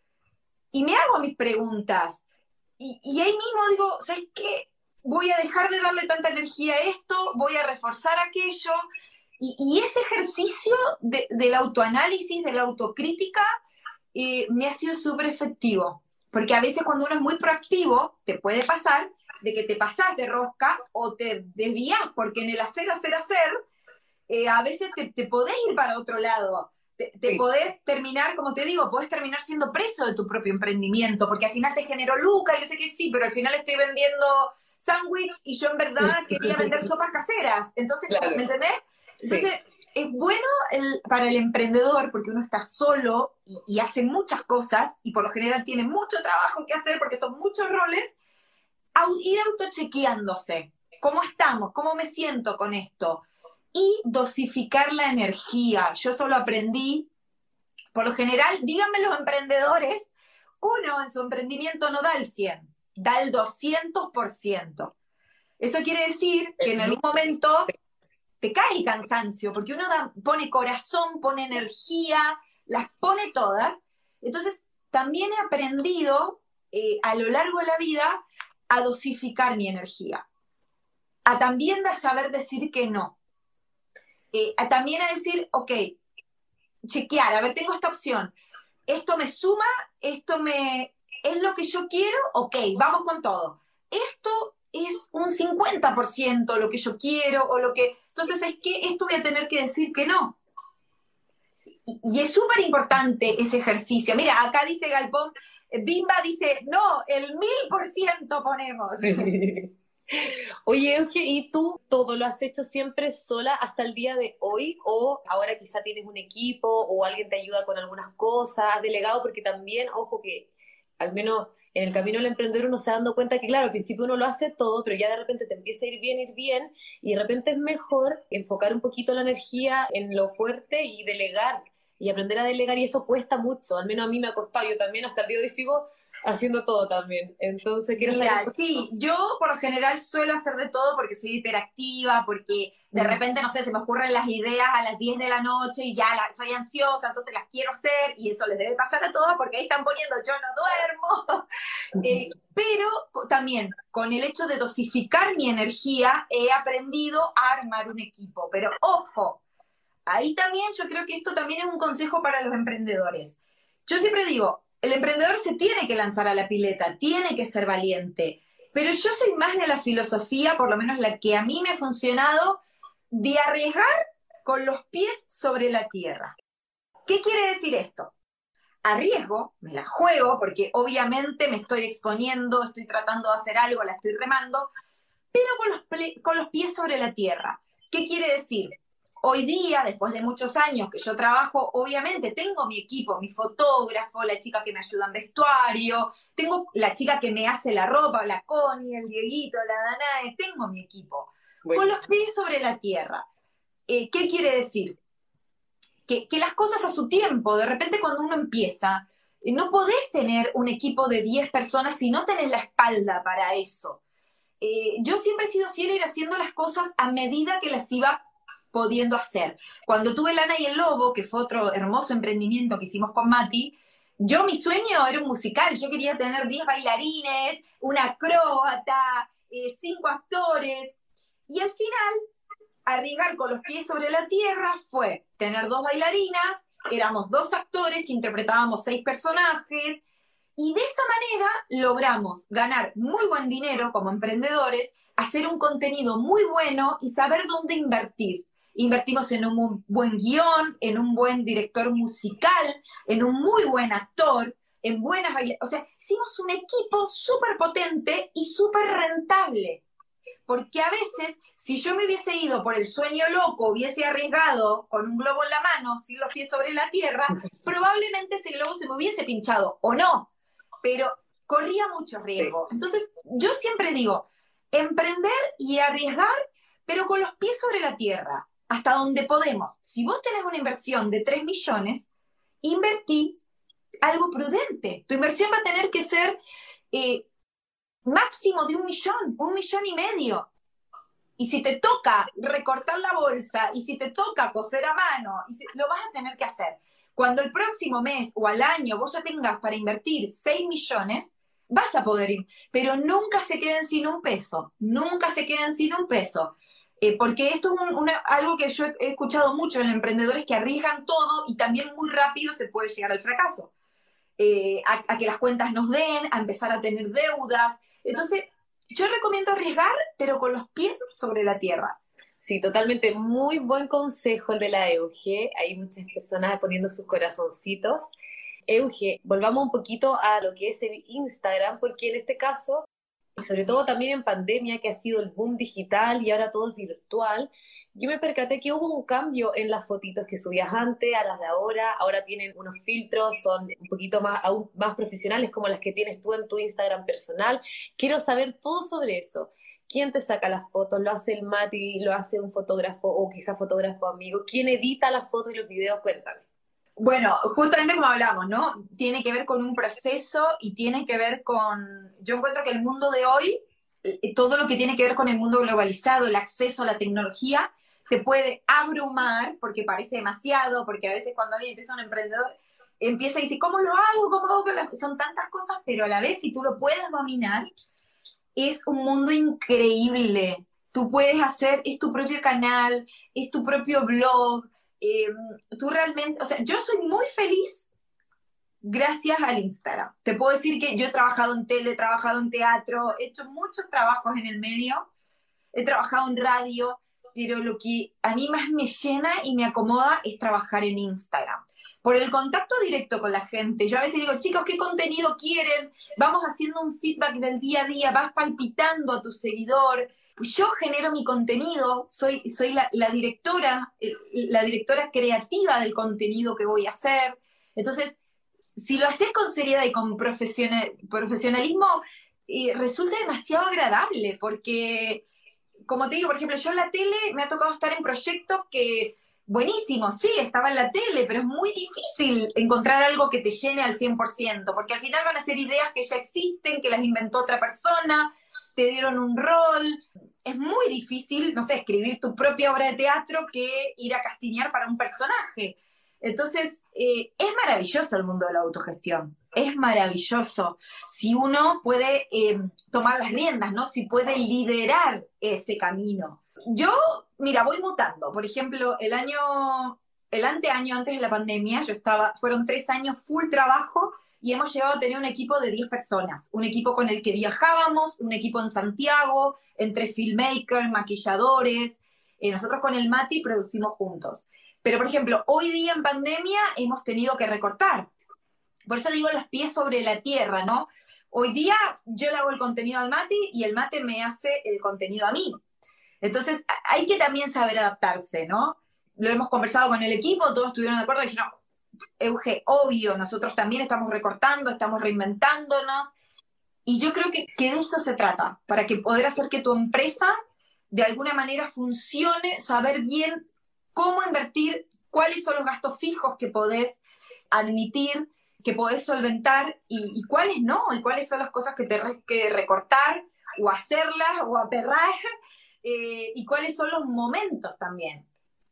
y me hago mis preguntas. Y, y ahí mismo digo, ¿sabes qué? Voy a dejar de darle tanta energía a esto, voy a reforzar aquello. Y, y ese ejercicio de, del autoanálisis, de la autocrítica, eh, me ha sido súper efectivo. Porque a veces cuando uno es muy proactivo, te puede pasar de que te pasás de rosca o te desvías, porque en el hacer, hacer, hacer, eh, a veces te, te podés ir para otro lado. Te, te sí. podés terminar, como te digo, podés terminar siendo preso de tu propio emprendimiento, porque al final te generó lucas, yo sé que sí, pero al final estoy vendiendo sándwich y yo en verdad quería vender sopas caseras. Entonces, claro. ¿me entendés? Entonces... Sí. Es bueno el, para el emprendedor, porque uno está solo y, y hace muchas cosas, y por lo general tiene mucho trabajo que hacer porque son muchos roles, a, ir autochequeándose. ¿cómo estamos? ¿Cómo me siento con esto? Y dosificar la energía. Yo solo aprendí, por lo general, díganme los emprendedores, uno en su emprendimiento no da el cien, da el doscientos por ciento. Eso quiere decir que en algún momento te cae el cansancio, porque uno da, pone corazón, pone energía, las pone todas. Entonces, también he aprendido eh, a lo largo de la vida a dosificar mi energía, a también a saber decir que no. Eh, también a decir, ok, chequear, a ver, tengo esta opción, esto me suma, esto me es lo que yo quiero, ok, vamos con todo. Esto es un cincuenta por ciento lo que yo quiero, o lo que, entonces es que esto voy a tener que decir que no. Y, y es súper importante ese ejercicio. Mira, acá dice Galpón, Bimba dice, no, el mil por ciento ponemos. Sí. Oye, Euge, ¿y tú todo lo has hecho siempre sola hasta el día de hoy? ¿O ahora quizá tienes un equipo o alguien te ayuda con algunas cosas? ¿Has delegado? Porque también, ojo que al menos en el camino del emprendedor uno se va dando cuenta que, claro, al principio uno lo hace todo, pero ya de repente te empieza a ir bien, ir bien, y de repente es mejor enfocar un poquito la energía en lo fuerte y delegar, y aprender a delegar, y eso cuesta mucho, al menos a mí me ha costado, yo también hasta el día de hoy sigo haciendo todo también, entonces quiero Mira, saber... sí, yo por lo general suelo hacer de todo porque soy hiperactiva, porque de repente, no sé, se me ocurren las ideas a las diez de la noche y ya la, soy ansiosa, entonces las quiero hacer, y eso les debe pasar a todas porque ahí están poniendo yo no duermo. eh, pero también con el hecho de dosificar mi energía he aprendido a armar un equipo, pero ojo, ahí también yo creo que esto también es un consejo para los emprendedores. Yo siempre digo, el emprendedor se tiene que lanzar a la pileta, tiene que ser valiente, pero yo soy más de la filosofía, por lo menos la que a mí me ha funcionado, de arriesgar con los pies sobre la tierra. ¿Qué quiere decir esto? Arriesgo, me la juego, porque obviamente me estoy exponiendo, estoy tratando de hacer algo, la estoy remando, pero con los, con los pies sobre la tierra. ¿Qué quiere decir? Hoy día, después de muchos años que yo trabajo, obviamente tengo mi equipo, mi fotógrafo, la chica que me ayuda en vestuario, tengo la chica que me hace la ropa, la Connie, el Dieguito, la Danae, tengo mi equipo. Bueno. Con los pies sobre la tierra. Eh, ¿Qué quiere decir? Que, que las cosas a su tiempo, de repente cuando uno empieza, eh, no podés tener un equipo de diez personas si no tenés la espalda para eso. Eh, yo siempre he sido fiel a ir haciendo las cosas a medida que las iba pudiendo hacer. Cuando tuve Lana y el Lobo, que fue otro hermoso emprendimiento que hicimos con Mati, yo mi sueño era un musical, yo quería tener diez bailarines, una acróbata, eh, cinco actores, y al final, arriesgar con los pies sobre la tierra fue tener dos bailarinas, éramos dos actores que interpretábamos seis personajes, y de esa manera logramos ganar muy buen dinero como emprendedores, hacer un contenido muy bueno y saber dónde invertir. Invertimos en un buen guión, en un buen director musical, en un muy buen actor, en buenas bailarinas. O sea, hicimos un equipo súper potente y súper rentable. Porque a veces, si yo me hubiese ido por el sueño loco, hubiese arriesgado con un globo en la mano, sin los pies sobre la tierra, probablemente ese globo se me hubiese pinchado, o no. Pero corría mucho riesgo. Entonces, yo siempre digo, emprender y arriesgar, pero con los pies sobre la tierra, hasta donde podemos. Si vos tenés una inversión de tres millones, invertí algo prudente. Tu inversión va a tener que ser eh, máximo de un millón, un millón y medio. Y si te toca recortar la bolsa, y si te toca coser a mano, y si, lo vas a tener que hacer. Cuando el próximo mes o al año vos ya tengas para invertir seis millones, vas a poder ir. Pero nunca se queden sin un peso. Nunca se queden sin un peso. Eh, porque esto es un, una, algo que yo he escuchado mucho en emprendedores que arriesgan todo y también muy rápido se puede llegar al fracaso. Eh, a, a que las cuentas nos den, a empezar a tener deudas. Entonces, yo recomiendo arriesgar, pero con los pies sobre la tierra. Sí, totalmente. Muy buen consejo el de la Euge. Hay muchas personas poniendo sus corazoncitos. Euge, volvamos un poquito a lo que es el Instagram, porque en este caso, y sobre todo también en pandemia, que ha sido el boom digital y ahora todo es virtual, yo me percaté que hubo un cambio en las fotitos que subías antes a las de ahora. Ahora tienen unos filtros, son un poquito más, aún más profesionales como las que tienes tú en tu Instagram personal. Quiero saber todo sobre eso. ¿Quién te saca las fotos? ¿Lo hace el Mati? ¿Lo hace un fotógrafo o quizá fotógrafo amigo? ¿Quién edita las fotos y los videos? Cuéntame. Bueno, justamente como hablamos, ¿no? Tiene que ver con un proceso y tiene que ver con... Yo encuentro que el mundo de hoy, eh, todo lo que tiene que ver con el mundo globalizado, el acceso a la tecnología, te puede abrumar porque parece demasiado, porque a veces cuando alguien empieza un emprendedor, empieza y dice, ¿cómo lo hago? ¿Cómo hago? Son tantas cosas, pero a la vez, si tú lo puedes dominar, es un mundo increíble. Tú puedes hacer, es tu propio canal, es tu propio blog. Eh, tú realmente, o sea, yo soy muy feliz gracias al Instagram. Te puedo decir que yo he trabajado en tele, he trabajado en teatro, he hecho muchos trabajos en el medio, he trabajado en radio, pero lo que a mí más me llena y me acomoda es trabajar en Instagram. Por el contacto directo con la gente. Yo a veces digo, chicos, ¿qué contenido quieren? Vamos haciendo un feedback del día a día, vas palpitando a tu seguidor. Yo genero mi contenido, soy, soy la, la directora, la directora creativa del contenido que voy a hacer. Entonces, si lo haces con seriedad y con profesional, profesionalismo, eh, resulta demasiado agradable, porque, como te digo, por ejemplo, yo en la tele me ha tocado estar en proyectos que, buenísimo, sí, estaba en la tele, pero es muy difícil encontrar algo que te llene al cien por ciento, porque al final van a ser ideas que ya existen, que las inventó otra persona, te dieron un rol. Es muy difícil, no sé, escribir tu propia obra de teatro que ir a castiñar para un personaje. Entonces, eh, es maravilloso el mundo de la autogestión, es maravilloso. Si uno puede eh, tomar las riendas, ¿no? Si puede liderar ese camino. Yo, mira, voy mutando. Por ejemplo, el año, el anteaño antes de la pandemia, yo estaba, fueron tres años full trabajo y hemos llegado a tener un equipo de diez personas. Un equipo con el que viajábamos, un equipo en Santiago, entre filmmakers, maquilladores. Eh, nosotros con el Mati producimos juntos. Pero, por ejemplo, hoy día en pandemia hemos tenido que recortar. Por eso digo los pies sobre la tierra, ¿no? Hoy día yo le hago el contenido al Mati y el Mati me hace el contenido a mí. Entonces, hay que también saber adaptarse, ¿no? Lo hemos conversado con el equipo, todos estuvieron de acuerdo y dijeron, no, Euge, obvio, nosotros también estamos recortando, estamos reinventándonos. Y yo creo que, que de eso se trata, para que poder hacer que tu empresa de alguna manera funcione, saber bien cómo invertir, cuáles son los gastos fijos que podés admitir, que podés solventar y, y cuáles no, y cuáles son las cosas que tenés que recortar o hacerlas o aperrar, eh, y cuáles son los momentos también.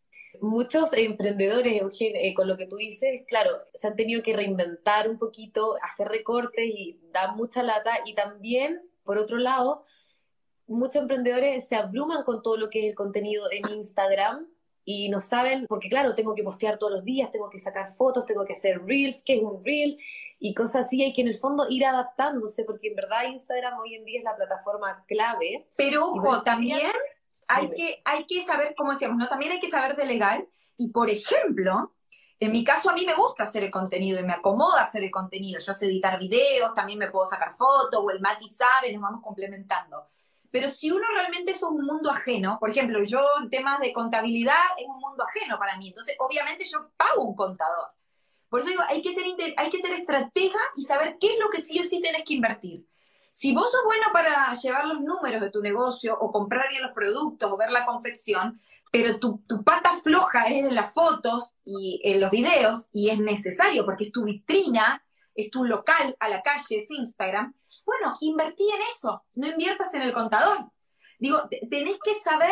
Muchos emprendedores, Eugenio, eh, con lo que tú dices, claro, se han tenido que reinventar un poquito, hacer recortes y da mucha lata. Y también, por otro lado, muchos emprendedores se abruman con todo lo que es el contenido en Instagram y no saben, porque claro, tengo que postear todos los días, tengo que sacar fotos, tengo que hacer reels, ¿qué es un reel? Y cosas así, hay que en el fondo ir adaptándose, porque en verdad Instagram hoy en día es la plataforma clave. Pero ojo, también hay Dime. que, hay que saber, como decíamos, ¿no? También hay que saber delegar. Y, por ejemplo, en mi caso a mí me gusta hacer el contenido y me acomoda hacer el contenido. Yo sé editar videos, también me puedo sacar fotos, o el Mati sabe, nos vamos complementando. Pero si uno realmente eso es un mundo ajeno, por ejemplo, yo en temas de contabilidad es un mundo ajeno para mí, entonces obviamente yo pago un contador. Por eso digo, hay que ser, hay que ser estratega y saber qué es lo que sí o sí tenés que invertir. Si vos sos bueno para llevar los números de tu negocio o comprar bien los productos o ver la confección, pero tu, tu pata floja es en las fotos y en los videos, y es necesario porque es tu vitrina, es tu local a la calle, es Instagram, bueno, invertí en eso, no inviertas en el contador. Digo, tenés que saber,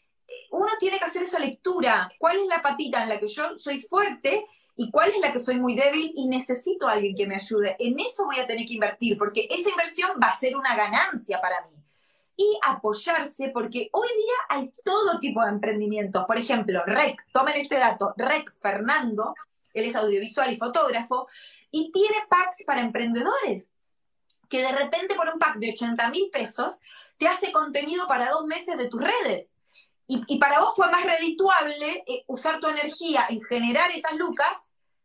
uno tiene que hacer esa lectura, cuál es la patita en la que yo soy fuerte y cuál es la que soy muy débil y necesito a alguien que me ayude. En eso voy a tener que invertir, porque esa inversión va a ser una ganancia para mí. Y apoyarse, porque hoy día hay todo tipo de emprendimientos. Por ejemplo, Rec, tomen este dato, Rec Fernando, él es audiovisual y fotógrafo, y tiene packs para emprendedores, que de repente por un pack de ochenta mil pesos te hace contenido para dos meses de tus redes. Y, y para vos fue más redituable eh, usar tu energía en generar esas lucas,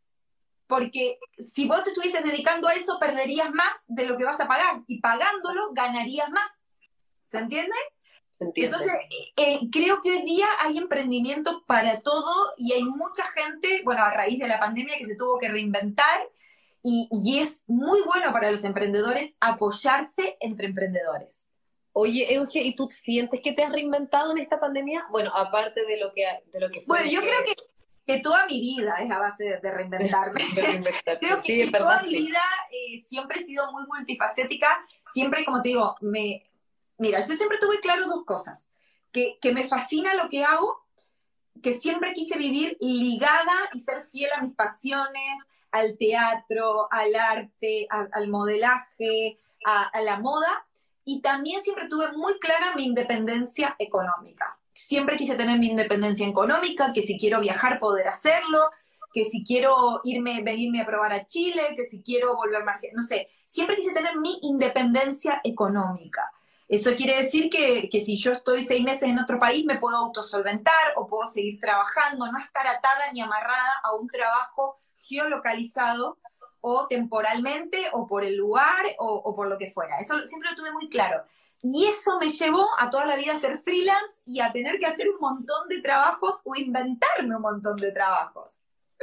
porque si vos te estuvieses dedicando a eso, perderías más de lo que vas a pagar, y pagándolo ganarías más. ¿Se entiende? Entiendo. Entonces, eh, creo que hoy día hay emprendimientos para todo y hay mucha gente, bueno, a raíz de la pandemia, que se tuvo que reinventar, y, y es muy bueno para los emprendedores apoyarse entre emprendedores. Oye, Euge, ¿y tú sientes que te has reinventado en esta pandemia? Bueno, aparte de lo que, de lo que fue... Bueno, yo creo que, que toda mi vida es a base de, de reinventarme. de reinventarte. Creo que, Sí, que es verdad, toda mi sí. vida eh, siempre he sido muy multifacética. Siempre, como te digo, me... Mira, yo siempre tuve claro dos cosas. Que, que me fascina lo que hago, que siempre quise vivir ligada y ser fiel a mis pasiones, al teatro, al arte, a, al modelaje, a, a la moda, y también siempre tuve muy clara mi independencia económica. Siempre quise tener mi independencia económica, que si quiero viajar poder hacerlo, que si quiero irme, venirme a probar a Chile, que si quiero volverme a Argentina, no sé, siempre quise tener mi independencia económica. Eso quiere decir que, que si yo estoy seis meses en otro país me puedo autosolventar o puedo seguir trabajando, no estar atada ni amarrada a un trabajo geolocalizado o temporalmente o por el lugar o, o por lo que fuera. Eso siempre lo tuve muy claro. Y eso me llevó a toda la vida a ser freelance y a tener que hacer un montón de trabajos o inventarme un montón de trabajos.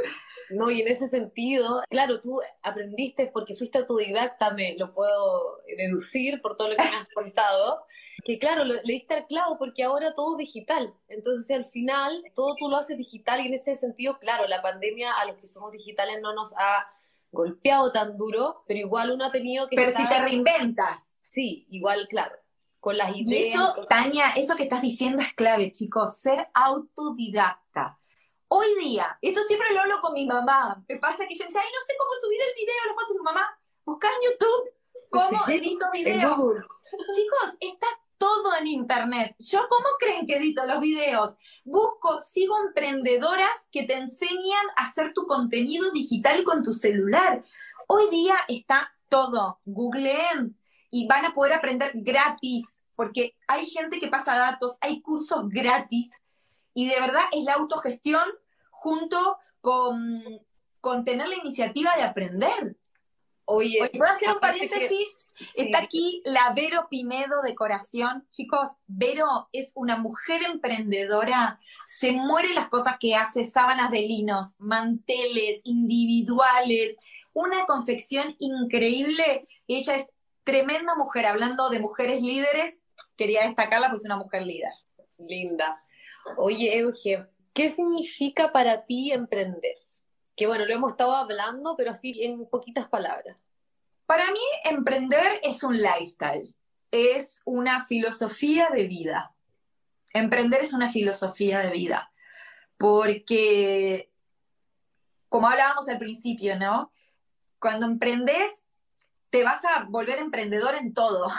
No, y en ese sentido, claro, tú aprendiste porque fuiste autodidacta, me lo puedo deducir por todo lo que me has contado, que claro, le, le diste al clavo porque ahora todo es digital. Entonces, al final, todo tú lo haces digital y en ese sentido, claro, la pandemia a los que somos digitales no nos ha golpeado tan duro, pero igual uno ha tenido que Pero estar... si te reinventas. Sí, igual, claro, con las ideas. Y eso, con... Tania, eso que estás diciendo es clave, chicos, ser autodidacta. Hoy día, esto siempre lo hablo con mi mamá, me pasa que yo me dice, ay, no sé cómo subir el video, las fotos de tu mamá, busca en YouTube cómo Sí, edito en videos. Google. Chicos, está todo en internet. ¿Yo cómo creen que edito los videos? Busco, sigo emprendedoras que te enseñan a hacer tu contenido digital con tu celular. Hoy día está todo. Googleen y van a poder aprender gratis, porque hay gente que pasa datos, hay cursos gratis, y de verdad es la autogestión junto con, con tener la iniciativa de aprender. Oye, Oye, ¿puedo hacer un aparte paréntesis? que- Está sí. aquí la Vero Pinedo Decoración. Chicos, Vero es una mujer emprendedora. Se muere las cosas que hace, sábanas de linos, manteles individuales, una confección increíble. Ella es tremenda mujer. Hablando de mujeres líderes, quería destacarla, pues es una mujer líder. Linda. Oye, Euge, ¿qué significa para ti emprender? Que bueno, lo hemos estado hablando, pero así en poquitas palabras. Para mí, emprender es un lifestyle, es una filosofía de vida. Emprender es una filosofía de vida, porque, como hablábamos al principio, ¿no? Cuando emprendes, te vas a volver emprendedor en todo,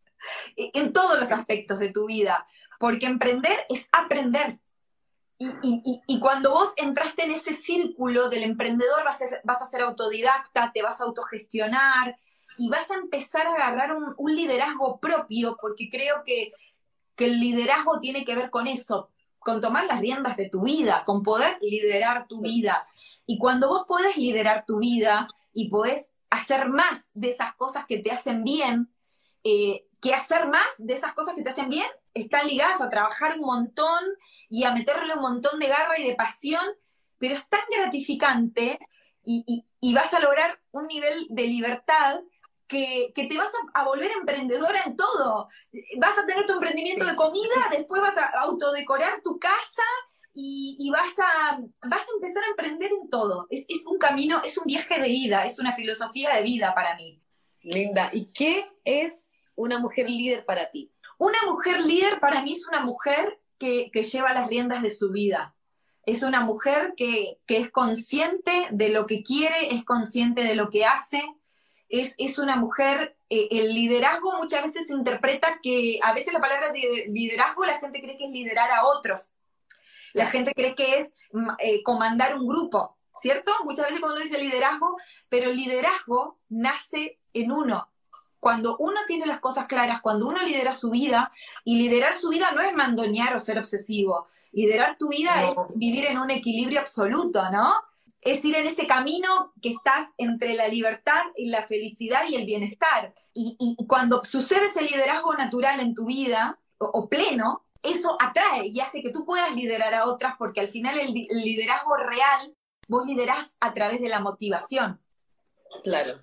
en todos los aspectos de tu vida, porque emprender es aprender. Y, y, y, y cuando vos entraste en ese círculo del emprendedor, vas a, vas a ser autodidacta, te vas a autogestionar y vas a empezar a agarrar un, un liderazgo propio, porque creo que, que el liderazgo tiene que ver con eso, con tomar las riendas de tu vida, con poder liderar tu vida. Y cuando vos podés liderar tu vida y podés hacer más de esas cosas que te hacen bien, eh, que hacer más de esas cosas que te hacen bien, están ligadas a trabajar un montón y a meterle un montón de garra y de pasión, pero es tan gratificante y, y, y vas a lograr un nivel de libertad que, que te vas a, a volver emprendedora en todo. Vas a tener tu emprendimiento de comida, después vas a autodecorar tu casa y, y vas, a, vas a empezar a emprender en todo. Es, es un camino, es un viaje de ida, es una filosofía de vida para mí. Linda. ¿Y qué es una mujer líder para ti? Una mujer líder para mí es una mujer que, que lleva las riendas de su vida. Es una mujer que, que es consciente de lo que quiere, es consciente de lo que hace. Es, es una mujer, eh, el liderazgo muchas veces se interpreta que, a veces la palabra de liderazgo la gente cree que es liderar a otros. La gente cree que es eh, comandar un grupo, ¿cierto? Muchas veces cuando uno dice liderazgo, pero el liderazgo nace en uno. Cuando uno tiene las cosas claras, cuando uno lidera su vida, y liderar su vida no es mandonear o ser obsesivo. Liderar tu vida no. Es vivir en un equilibrio absoluto, ¿no? Es ir en ese camino que estás entre la libertad y la felicidad y el bienestar. Y, y cuando sucede ese liderazgo natural en tu vida, o, o pleno, eso atrae y hace que tú puedas liderar a otras, porque al final el, el liderazgo real, vos liderás a través de la motivación. Claro.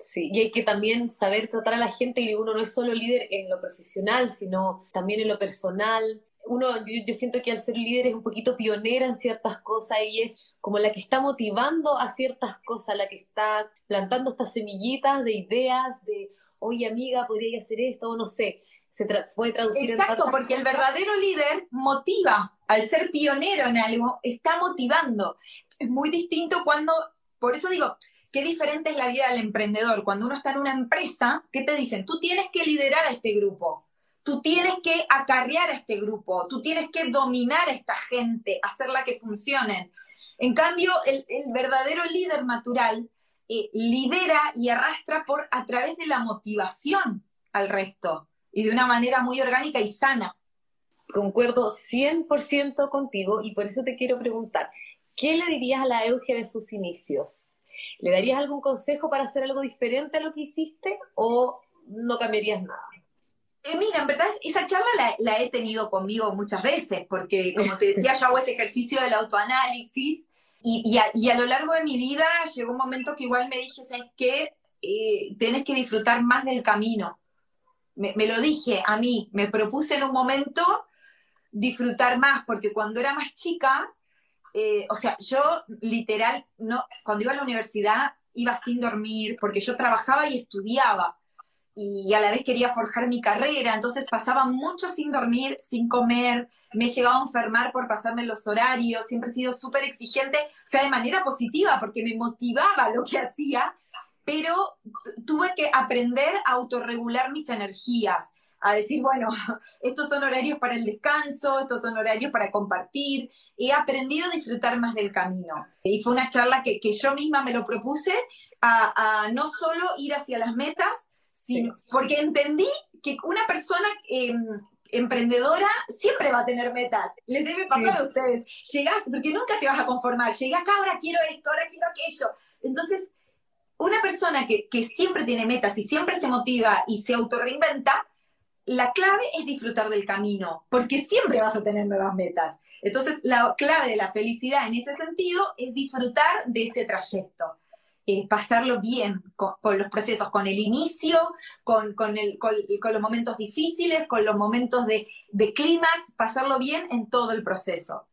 Sí, y hay que también saber tratar a la gente, y uno no es solo líder en lo profesional, sino también en lo personal. Uno, yo, yo siento que al ser líder es un poquito pionera en ciertas cosas y es como la que está motivando a ciertas cosas, la que está plantando estas semillitas de ideas, de, oye amiga, podría hacer esto, o no sé, se tra puede traducir en Exacto, tantas porque el cosas. verdadero líder motiva, al ser pionero en algo, está motivando. Es muy distinto cuando, por eso digo, qué diferente es la vida del emprendedor. Cuando uno está en una empresa, ¿qué te dicen? Tú tienes que liderar a este grupo, tú tienes que acarrear a este grupo, tú tienes que dominar a esta gente, hacerla que funcionen. En cambio, el, el verdadero líder natural eh, lidera y arrastra por, a través de la motivación al resto y de una manera muy orgánica y sana. Concuerdo cien por ciento contigo y por eso te quiero preguntar, ¿qué le dirías a la Euge de sus inicios? ¿Le darías algún consejo para hacer algo diferente a lo que hiciste o no cambiarías nada? Eh, mira, en verdad esa charla la, la he tenido conmigo muchas veces, porque como te decía, yo hago ese ejercicio del autoanálisis y, y, a, y a lo largo de mi vida llegó un momento que igual me dije, ¿sabes qué? Eh, tenés que disfrutar más del camino. Me, me lo dije a mí, me propuse en un momento disfrutar más, porque cuando era más chica, eh, o sea, yo literal, no, cuando iba a la universidad iba sin dormir, porque yo trabajaba y estudiaba, y a la vez quería forjar mi carrera, entonces pasaba mucho sin dormir, sin comer, me he llegado a enfermar por pasarme los horarios, siempre he sido súper exigente, o sea, de manera positiva, porque me motivaba lo que hacía, pero tuve que aprender a autorregular mis energías, a decir, bueno, estos son horarios para el descanso, estos son horarios para compartir. He aprendido a disfrutar más del camino. Y fue una charla que, que yo misma me lo propuse, a, a no solo ir hacia las metas, sino, sí. Porque entendí que una persona eh, emprendedora siempre va a tener metas. Les debe pasar sí. a ustedes. Llegás, porque nunca te vas a conformar. Llegué acá, ahora quiero esto, ahora quiero aquello. Entonces, una persona que, que siempre tiene metas y siempre se motiva y se autorreinventa, la clave es disfrutar del camino, porque siempre vas a tener nuevas metas. Entonces, la clave de la felicidad en ese sentido es disfrutar de ese trayecto, eh, pasarlo bien con, con los procesos, con el inicio, con, con, el, con, con los momentos difíciles, con los momentos de, de clímax, pasarlo bien en todo el proceso.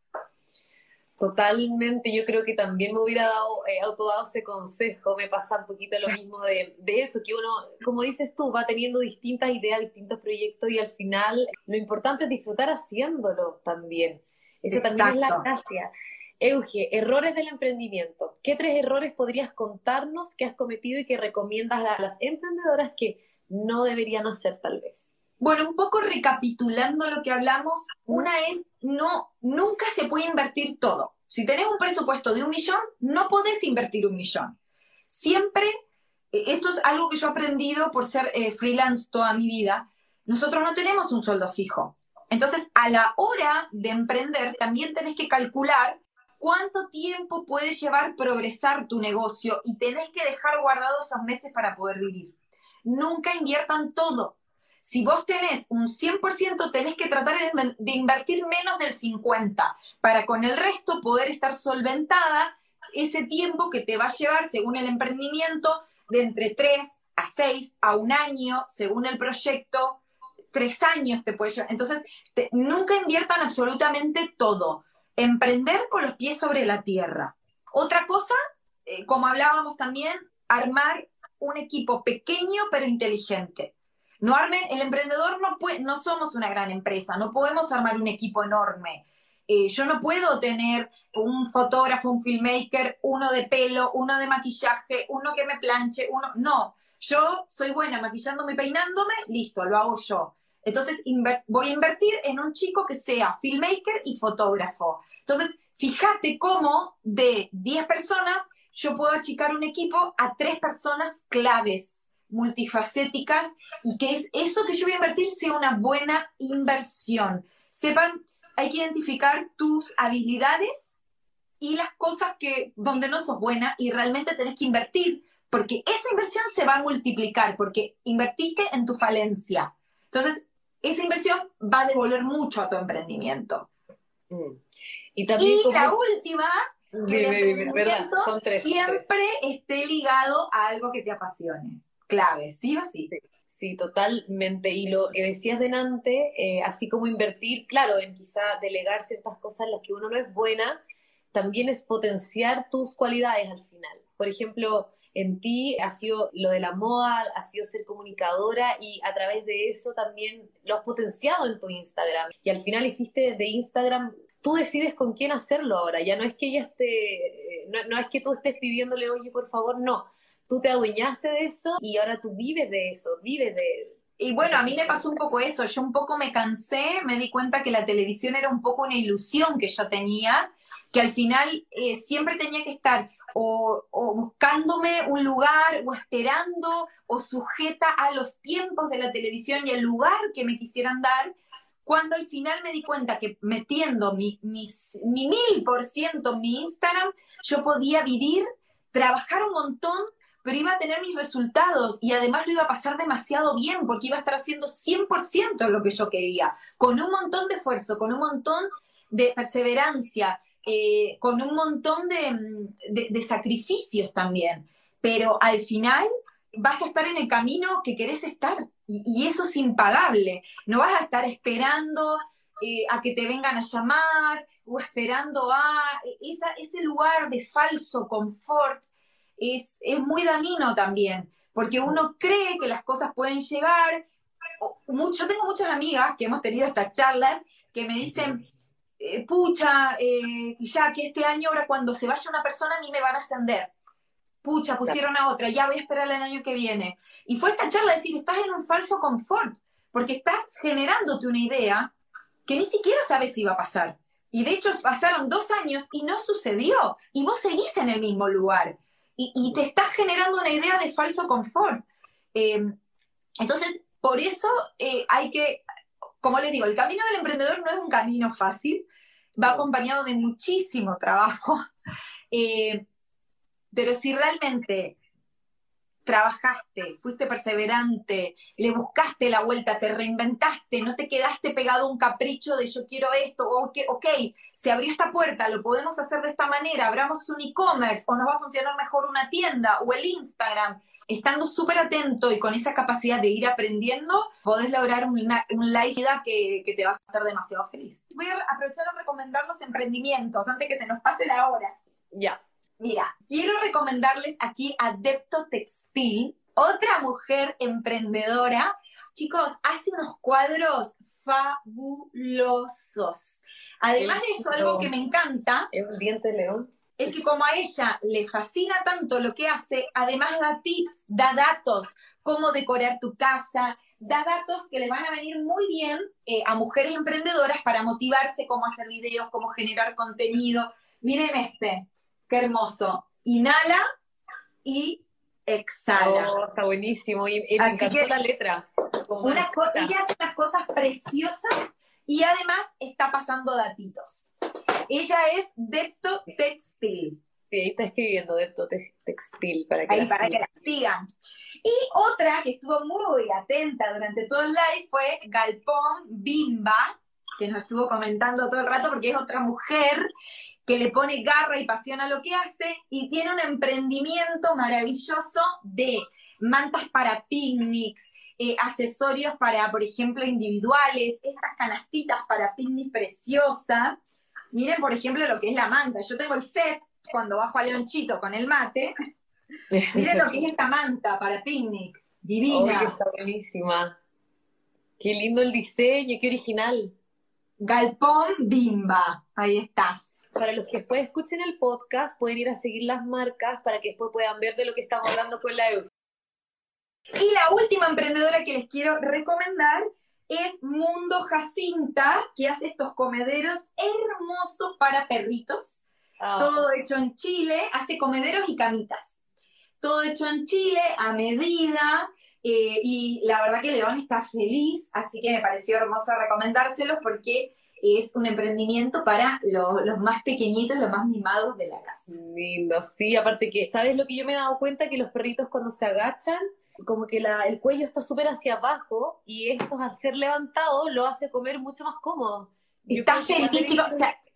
Totalmente, yo creo que también me hubiera dado, eh, autodado ese consejo, me pasa un poquito lo mismo de, de eso, que uno, como dices tú, va teniendo distintas ideas, distintos proyectos y al final lo importante es disfrutar haciéndolo también. Eso Exacto. También es la gracia. Euge, errores del emprendimiento. ¿Qué tres errores podrías contarnos que has cometido y que recomiendas a las emprendedoras que no deberían hacer tal vez? Bueno, un poco recapitulando lo que hablamos, una es, no, nunca se puede invertir todo. Si tenés un presupuesto de un millón, no podés invertir un millón. Siempre, esto es algo que yo he aprendido por ser eh, freelance toda mi vida, nosotros no tenemos un sueldo fijo. Entonces, a la hora de emprender, también tenés que calcular cuánto tiempo puede llevar progresar tu negocio y tenés que dejar guardados esos meses para poder vivir. Nunca inviertan todo. Si vos tenés un cien por ciento, tenés que tratar de, de invertir menos del cincuenta por ciento para con el resto poder estar solventada ese tiempo que te va a llevar, según el emprendimiento, de entre tres a seis a un año, según el proyecto, tres años te puede llevar. Entonces, te, nunca inviertan absolutamente todo. Emprender con los pies sobre la tierra. Otra cosa, eh, como hablábamos también, armar un equipo pequeño pero inteligente. No armen, el emprendedor no puede, no somos una gran empresa, no podemos armar un equipo enorme. Eh, yo no puedo tener un fotógrafo, un filmmaker, uno de pelo, uno de maquillaje, uno que me planche, uno, no. Yo soy buena maquillándome y peinándome, listo, lo hago yo. Entonces voy a invertir en un chico que sea filmmaker y fotógrafo. Entonces, fíjate cómo de diez personas yo puedo achicar un equipo a tres personas claves, multifacéticas, y que es eso que yo voy a invertir sea una buena inversión. Sepan, hay que identificar tus habilidades y las cosas que, donde no sos buena y realmente tenés que invertir, porque esa inversión se va a multiplicar, porque invertiste en tu falencia. Entonces, esa inversión va a devolver mucho a tu emprendimiento. Mm. Y, también y como... la última que el Dime, dime, verdad, emprendimiento son tres. siempre esté ligado a algo que te apasione. Clave, ¿sí o sí? Sí, sí, totalmente. Y lo que decías delante, eh, así como invertir, claro, en quizá delegar ciertas cosas en las que uno no es buena, también es potenciar tus cualidades al final. Por ejemplo, en ti ha sido lo de la moda, ha sido ser comunicadora y a través de eso también lo has potenciado en tu Instagram. Y al final hiciste de Instagram, tú decides con quién hacerlo ahora. Ya no es que ella esté, no, no es que tú estés pidiéndole, oye, por favor, no. Tú te adueñaste de eso y ahora tú vives de eso, vives de... Y bueno, a mí me pasó un poco eso, yo un poco me cansé, me di cuenta que la televisión era un poco una ilusión que yo tenía, que al final eh, siempre tenía que estar o, o buscándome un lugar, o esperando, o sujeta a los tiempos de la televisión y el lugar que me quisieran dar, cuando al final me di cuenta que metiendo mi, mi, mi mil por ciento en mi Instagram, yo podía vivir, trabajar un montón, pero iba a tener mis resultados y además lo iba a pasar demasiado bien porque iba a estar haciendo cien por ciento lo que yo quería, con un montón de esfuerzo, con un montón de perseverancia, eh, con un montón de, de, de sacrificios también, pero al final vas a estar en el camino que querés estar y, y eso es impagable, no vas a estar esperando eh, a que te vengan a llamar o esperando a esa, ese lugar de falso confort. Es, es muy dañino también, porque uno cree que las cosas pueden llegar. Mucho, yo tengo muchas amigas que hemos tenido estas charlas que me dicen, eh, pucha, eh, ya que este año ahora cuando se vaya una persona a mí me van a ascender. Pucha, pusieron a otra, ya voy a esperar el año que viene. Y fue esta charla de decir, estás en un falso confort, porque estás generándote una idea que ni siquiera sabes si va a pasar. Y de hecho pasaron dos años y no sucedió, y vos seguís en el mismo lugar. Y, y te estás generando una idea de falso confort. Eh, entonces, por eso eh, hay que, como les digo, el camino del emprendedor no es un camino fácil, va acompañado de muchísimo trabajo, eh, pero si realmente trabajaste, fuiste perseverante, le buscaste la vuelta, te reinventaste, no te quedaste pegado a un capricho de yo quiero esto, o ok, ok, se abrió esta puerta, lo podemos hacer de esta manera, abramos un e-commerce, o nos va a funcionar mejor una tienda, o el Instagram. Estando súper atento y con esa capacidad de ir aprendiendo, podés lograr una, un life que, que te va a hacer demasiado feliz. Voy a aprovechar a recomendar los emprendimientos antes que se nos pase la hora. Ya. Mira, quiero recomendarles aquí a Depto Textil, otra mujer emprendedora. Chicos, hace unos cuadros fabulosos. Además de eso, algo que me encanta es un diente de león. Es que como a ella le fascina tanto lo que hace, además da tips, da datos, cómo decorar tu casa, da datos que le van a venir muy bien eh, a mujeres emprendedoras para motivarse, cómo hacer videos, cómo generar contenido. Miren este. Qué hermoso. Inhala y exhala. Oh, está buenísimo. Y, y me Así encantó que la letra. Una co- ella hace unas cosas preciosas y además está pasando datitos. Ella es Depto Textil. Sí, ahí está escribiendo Depto Textil para que Ahí, la para sigan. que la sigan. Y otra que estuvo muy atenta durante todo el live fue Galpón Bimba, que nos estuvo comentando todo el rato porque es otra mujer que le pone garra y pasión a lo que hace y tiene un emprendimiento maravilloso de mantas para picnics, eh, accesorios para, por ejemplo, individuales, estas canastitas para picnic preciosas. Miren, por ejemplo, lo que es la manta. Yo tengo el set cuando bajo a Leonchito con el mate. Miren lo que es esta manta para picnic. Divina. Oh, está buenísima. Qué lindo el diseño, qué original. Galpón Bimba. Ahí está. Para los que después escuchen el podcast, pueden ir a seguir las marcas para que después puedan ver de lo que estamos hablando con la Euge. Y la última emprendedora que les quiero recomendar es Mundo Jacinta, que hace estos comederos hermosos para perritos. Oh. Todo hecho en Chile, hace comederos y camitas. Todo hecho en Chile, a medida, eh, y la verdad que León está feliz, así que me pareció hermoso recomendárselos porque es un emprendimiento para los, los más pequeñitos, los más mimados de la casa. Lindo, sí, aparte que, ¿sabes lo que yo me he dado cuenta? Que los perritos cuando se agachan, como que la, el cuello está súper hacia abajo y estos al ser levantados lo hace comer mucho más cómodo. Está feliz, chicos, o sea,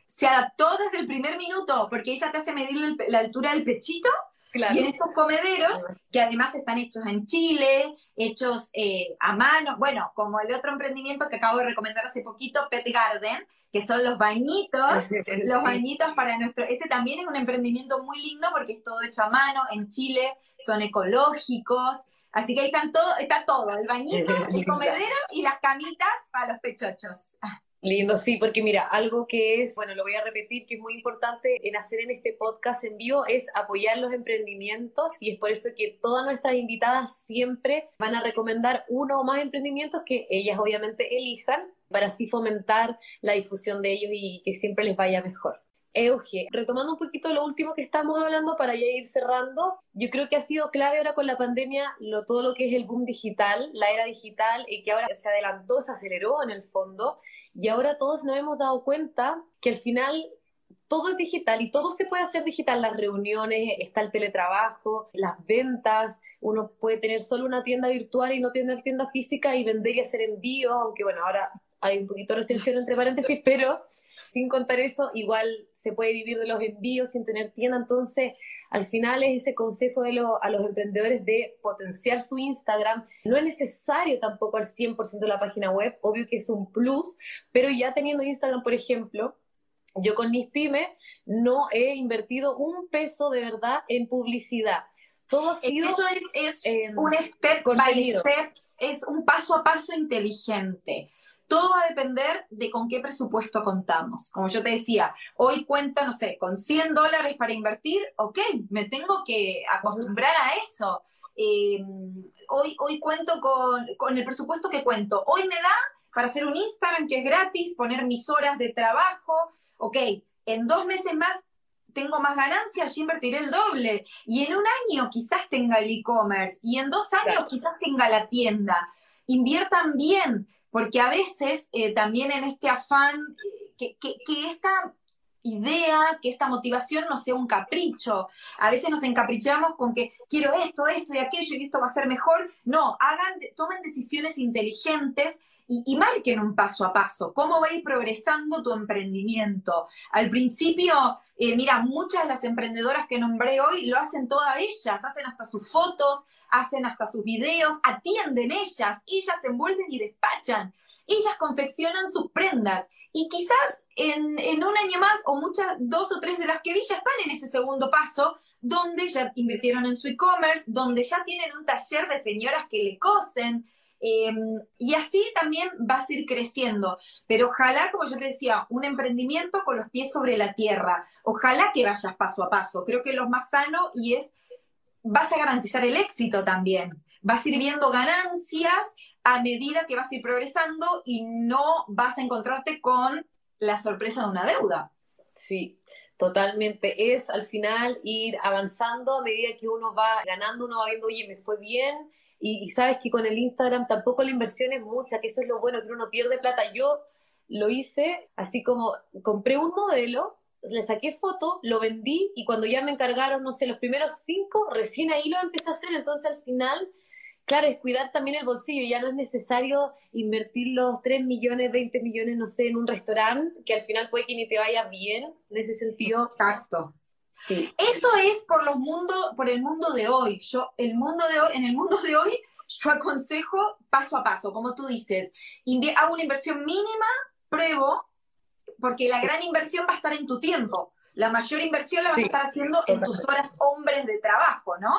se adaptó desde el primer minuto, porque ella te hace medir el, la altura del pechito. Claro. Y en estos comederos, que además están hechos en Chile, hechos eh, a mano, bueno, como el otro emprendimiento que acabo de recomendar hace poquito, Pet Garden, que son los bañitos, sí. los bañitos para nuestro, ese también es un emprendimiento muy lindo porque es todo hecho a mano, en Chile, son ecológicos, así que ahí están todo, está todo, el bañito, el comedero y las camitas para los pechochos. Lindo, sí, porque mira, algo que es, bueno, lo voy a repetir, que es muy importante en hacer en este podcast en vivo es apoyar los emprendimientos, y es por eso que todas nuestras invitadas siempre van a recomendar uno o más emprendimientos que ellas obviamente elijan para así fomentar la difusión de ellos y que siempre les vaya mejor. Euge, retomando un poquito lo último que estamos hablando para ya ir cerrando, yo creo que ha sido clave ahora con la pandemia lo, todo lo que es el boom digital, la era digital, y que ahora se adelantó, se aceleró en el fondo, y ahora todos nos hemos dado cuenta que al final todo es digital y todo se puede hacer digital, las reuniones, está el teletrabajo, las ventas, uno puede tener solo una tienda virtual y no tener tienda física y vender y hacer envíos, aunque bueno, ahora hay un poquito de restricción entre paréntesis, pero sin contar eso, igual se puede vivir de los envíos sin tener tienda. Entonces, al final es ese consejo de lo, a los emprendedores de potenciar su Instagram. No es necesario tampoco al cien por ciento de la página web, obvio que es un plus, pero ya teniendo Instagram, por ejemplo, yo con mis pymes no he invertido un peso de verdad en publicidad. Todo ha sido... Eso es, es eh, un step contenido. by step. Es un paso a paso inteligente. Todo va a depender de con qué presupuesto contamos. Como yo te decía, hoy cuento, no sé, con cien dólares para invertir, ok, me tengo que acostumbrar a eso. Eh, hoy, hoy cuento con, con el presupuesto que cuento. Hoy me da para hacer un Instagram que es gratis, poner mis horas de trabajo, ok, en dos meses más tengo más ganancias, y invertiré el doble. Y en un año quizás tenga el e-commerce, y en dos años claro. quizás tenga la tienda. Inviertan bien, porque a veces eh, también en este afán, eh, que, que, que esta idea, que esta motivación no sea un capricho. A veces nos encaprichamos con que quiero esto, esto y aquello, y esto va a ser mejor. No, hagan, tomen decisiones inteligentes Y, y marquen un paso a paso, cómo va a ir progresando tu emprendimiento. Al principio, eh, mira, muchas de las emprendedoras que nombré hoy lo hacen todas ellas, hacen hasta sus fotos, hacen hasta sus videos, atienden ellas, ellas se envuelven y despachan, ellas confeccionan sus prendas. Y quizás en, en un año más, o muchas, dos o tres de las que vi ya están en ese segundo paso, donde ya invirtieron en su e-commerce, donde ya tienen un taller de señoras que le cosen, eh, y así también vas a ir creciendo. Pero ojalá, como yo te decía, un emprendimiento con los pies sobre la tierra. Ojalá que vayas paso a paso. Creo que lo más sano y es, vas a garantizar el éxito también. Vas a ir viendo ganancias a medida que vas a ir progresando y no vas a encontrarte con la sorpresa de una deuda. Sí, totalmente. Es al final ir avanzando a medida que uno va ganando, uno va viendo, oye, me fue bien, y, y sabes que con el Instagram tampoco la inversión es mucha, que eso es lo bueno, que uno pierde plata. Yo lo hice así como, compré un modelo, le saqué foto, lo vendí, y cuando ya me encargaron, no sé, los primeros cinco, recién ahí lo empecé a hacer. Entonces al final... Claro, es cuidar también el bolsillo, ya no es necesario invertir los tres millones, veinte millones, no sé, en un restaurante, que al final puede que ni te vaya bien, en ese sentido. Exacto. Sí. Eso es por los mundo, por el mundo de hoy. Yo, el mundo de hoy, en el mundo de hoy, yo aconsejo paso a paso, como tú dices. Invi- hago una inversión mínima, pruebo, porque la gran inversión va a estar en tu tiempo. La mayor inversión la vas sí. a estar haciendo en tus horas hombres de trabajo, ¿no?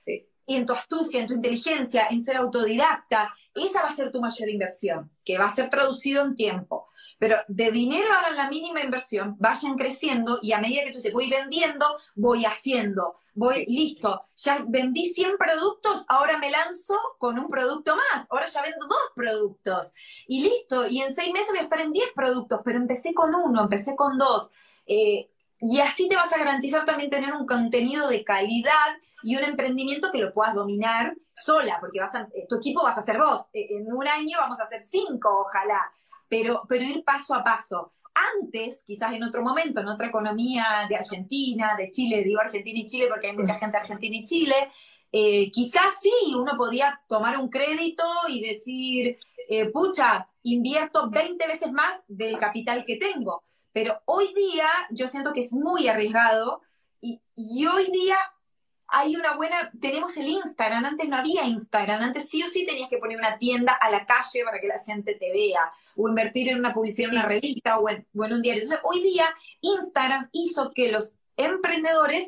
Y en tu astucia, en tu inteligencia, en ser autodidacta. Esa va a ser tu mayor inversión, que va a ser traducido en tiempo. Pero de dinero hagan la mínima inversión, vayan creciendo, y a medida que tú se voy vendiendo, voy haciendo, voy, listo, ya vendí cien productos, ahora me lanzo con un producto más, ahora ya vendo dos productos, y listo, y en seis meses voy a estar en diez productos, pero empecé con uno, empecé con dos, eh, y así te vas a garantizar también tener un contenido de calidad y un emprendimiento que lo puedas dominar sola, porque vas a, tu equipo vas a ser vos. En un año vamos a ser cinco, ojalá, pero, pero ir paso a paso. Antes, quizás en otro momento, en otra economía de Argentina, de Chile, digo Argentina y Chile porque hay mucha gente de Argentina y Chile, eh, quizás sí, uno podía tomar un crédito y decir, eh, pucha, invierto veinte veces más del capital que tengo. pero hoy día yo siento que es muy arriesgado y, y hoy día hay una buena, tenemos el Instagram, antes no había Instagram, antes sí o sí tenías que poner una tienda a la calle para que la gente te vea, o invertir en una publicidad en una revista o en, o en un diario. Entonces, hoy día Instagram hizo que los emprendedores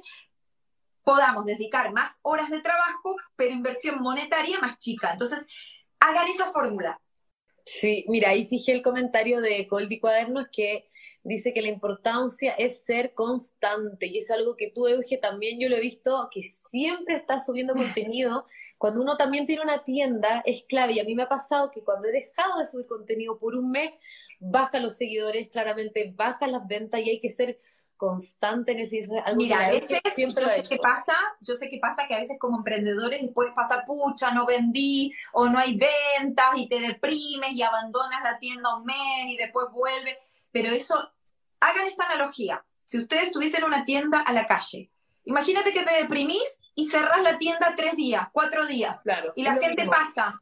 podamos dedicar más horas de trabajo, pero inversión monetaria más chica. Entonces, hagan esa fórmula. Sí, mira, ahí fijé el comentario de Coldi Cuadernos que dice que la importancia es ser constante, y eso es algo que tú, Euge, también yo lo he visto, que siempre estás subiendo contenido. Cuando uno también tiene una tienda, es clave, y a mí me ha pasado que cuando he dejado de subir contenido por un mes, bajan los seguidores, claramente bajan las ventas, y hay que ser constante en eso, y eso es algo Mira, que a veces siempre yo lo he sé hecho. qué pasa, yo sé qué pasa que a veces como emprendedores les puedes pasar, pucha, no vendí, o no hay ventas, y te deprimes, y abandonas la tienda un mes, y después vuelves, pero eso, hagan esta analogía, si ustedes tuviesen una tienda a la calle, imagínate que te deprimís y cerrás la tienda tres días, cuatro días, Claro, y la es lo gente mismo. pasa.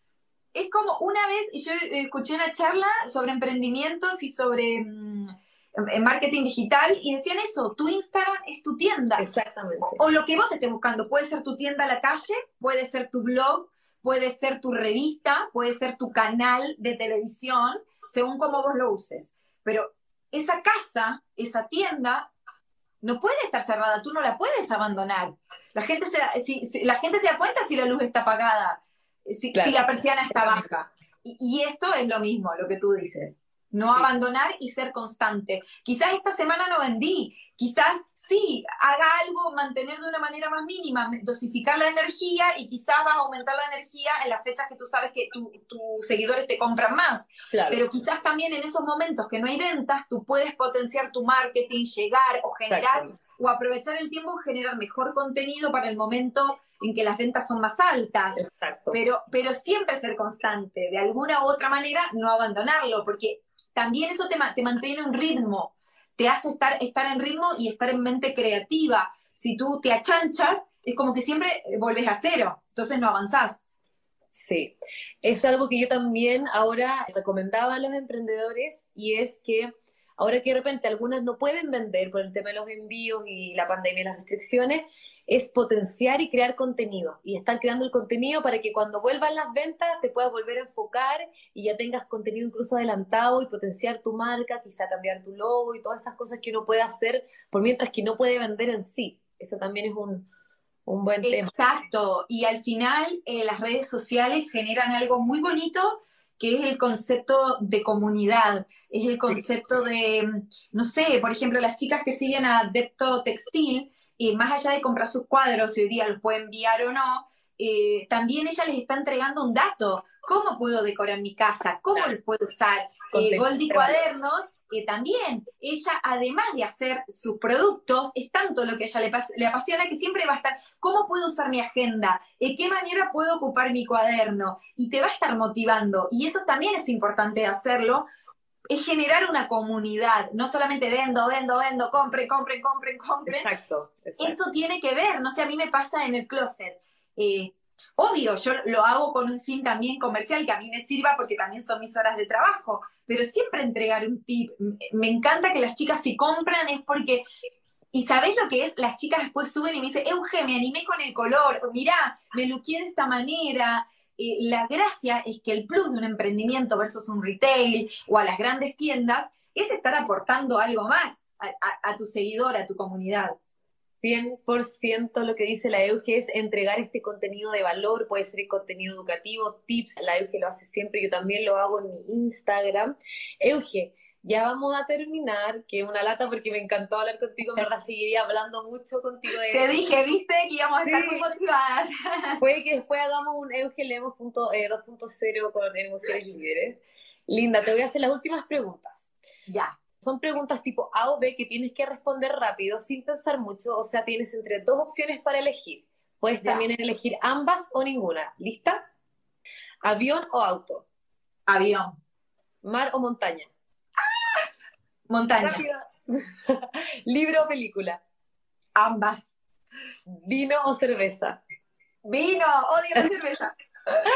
Es como una vez, y yo escuché una charla sobre emprendimientos y sobre mm, en marketing digital, y decían eso, tu Instagram es tu tienda. Exactamente. O, o lo que vos estés buscando, puede ser tu tienda a la calle, puede ser tu blog, puede ser tu revista, puede ser tu canal de televisión, según cómo vos lo uses. Pero esa casa, esa tienda, no puede estar cerrada, tú no la puedes abandonar. La gente se, si, si, la gente se da cuenta si la luz está apagada, si, claro, si la persiana está baja. Y, y esto es lo mismo, lo que tú dices. No sí. Abandonar y ser constante. Quizás esta semana no vendí, quizás sí, haga algo, mantener de una manera más mínima, dosificar la energía, y quizás vas a aumentar la energía en las fechas que tú sabes que tus tu seguidores te compran más. Claro. Pero quizás también en esos momentos que no hay ventas, tú puedes potenciar tu marketing, llegar o generar, exacto, o aprovechar el tiempo y generar mejor contenido para el momento en que las ventas son más altas. Exacto. Pero, pero siempre ser constante, de alguna u otra manera no abandonarlo, porque también eso te, te mantiene un ritmo, te hace estar, estar en ritmo y estar en mente creativa. Si tú te achanchas, es como que siempre volvés a cero, entonces no avanzás. Sí, es algo que yo también ahora recomendaba a los emprendedores, y es que ahora que de repente algunas no pueden vender por el tema de los envíos y la pandemia y las restricciones, es potenciar y crear contenido. Y estar creando el contenido para que cuando vuelvan las ventas te puedas volver a enfocar y ya tengas contenido incluso adelantado, y potenciar tu marca, quizá cambiar tu logo y todas esas cosas que uno puede hacer por mientras que no puede vender en sí. Eso también es un, un buen tema. Exacto. Y al final eh, las redes sociales generan algo muy bonito, que es el concepto de comunidad, es el concepto de, no sé, por ejemplo, las chicas que siguen a Adepto Textil, y más allá de comprar sus cuadros, si hoy día los puede enviar o no, eh, también ella les está entregando un dato. ¿Cómo puedo decorar mi casa? ¿Cómo lo puedo usar? Eh, Goldi Cuadernos, eh, también, ella, además de hacer sus productos, es tanto lo que a ella le, le apasiona, que siempre va a estar, ¿cómo puedo usar mi agenda? ¿De qué manera puedo ocupar mi cuaderno? Y te va a estar motivando, y eso también es importante hacerlo, es generar una comunidad, no solamente vendo, vendo, vendo, compren, compren, compren, compren. Exacto, exacto. Esto tiene que ver, no sé, a mí me pasa en el closet, eh, obvio, yo lo hago con un fin también comercial, que a mí me sirva porque también son mis horas de trabajo, pero siempre entregar un tip. Me encanta que las chicas si compran es porque, y ¿sabés lo que es? Las chicas después suben y me dicen, Euge, me animé con el color, o mirá, me luqué de esta manera. Eh, la gracia es que el plus de un emprendimiento versus un retail o a las grandes tiendas es estar aportando algo más a, a, a tu seguidor, a tu comunidad. cien por ciento lo que dice la Euge es entregar este contenido de valor, puede ser contenido educativo, tips, la Euge lo hace siempre, yo también lo hago en mi Instagram. Euge, ya vamos a terminar, que es una lata porque me encantó hablar contigo, me seguiría hablando mucho contigo. De... Te dije, viste, que íbamos a estar sí. muy motivadas. Puede que después hagamos un Euge Lemos eh, dos punto cero con eh, Mujeres Líderes. Linda, te voy a hacer las últimas preguntas. Ya. Son preguntas tipo A o B que tienes que responder rápido, sin pensar mucho, o sea, tienes entre dos opciones para elegir. Puedes ya. también elegir ambas o ninguna. ¿Lista? ¿Avión o auto? Avión. ¿Mar o montaña? ¡Ah! Montaña. ¿Libro o película? Ambas. ¿Vino o cerveza? Vino, odio la cerveza.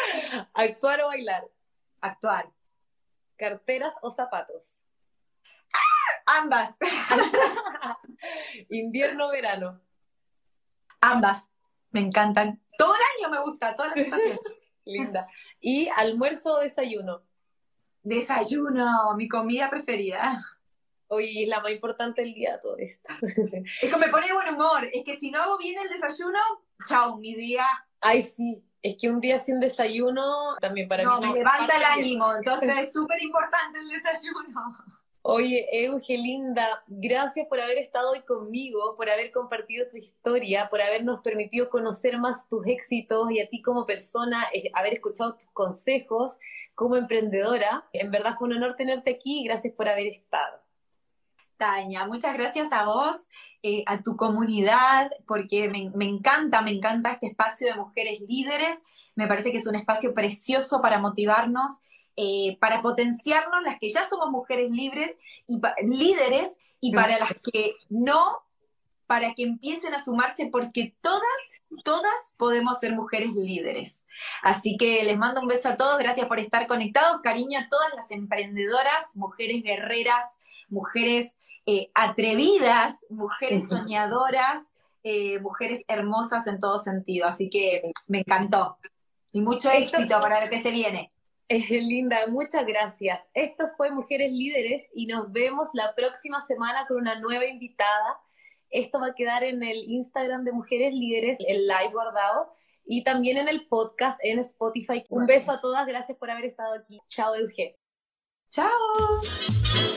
¿Actuar o bailar? Actuar. ¿Carteras o zapatos? Ambas. Invierno, verano. Ambas. Me encantan. Todo el año me gusta, todas las estaciones. Linda. ¿Y almuerzo o desayuno? Desayuno, mi comida preferida. Oye, es la más importante del día todo esto. Es que me pone de buen humor. Es que si no hago bien el desayuno, chao, mi día. Ay, sí. Es que un día sin desayuno también para no, mí... No, me levanta el ánimo. Entonces es súper importante el desayuno. Oye, Euge, linda, gracias por haber estado hoy conmigo, por haber compartido tu historia, por habernos permitido conocer más tus éxitos y a ti como persona, eh, haber escuchado tus consejos como emprendedora. En verdad fue un honor tenerte aquí y gracias por haber estado. Tania, muchas gracias a vos, eh, a tu comunidad, porque me, me encanta, me encanta este espacio de mujeres líderes. Me parece que es un espacio precioso para motivarnos, eh, para potenciarnos las que ya somos mujeres libres y líderes, y para las que no, para que empiecen a sumarse, porque todas, todas podemos ser mujeres líderes. Así que les mando un beso a todos, gracias por estar conectados, cariño a todas las emprendedoras, mujeres guerreras, mujeres eh, atrevidas, mujeres soñadoras, eh, mujeres hermosas en todo sentido. Así que me encantó. Y mucho Esto, éxito para lo que se viene. Es linda, muchas gracias. Esto fue Mujeres Líderes y nos vemos la próxima semana con una nueva invitada. Esto va a quedar en el Instagram de Mujeres Líderes, el live guardado, y también en el podcast en Spotify. Un beso a todas, gracias por haber estado aquí. Chao, Euge. Chao.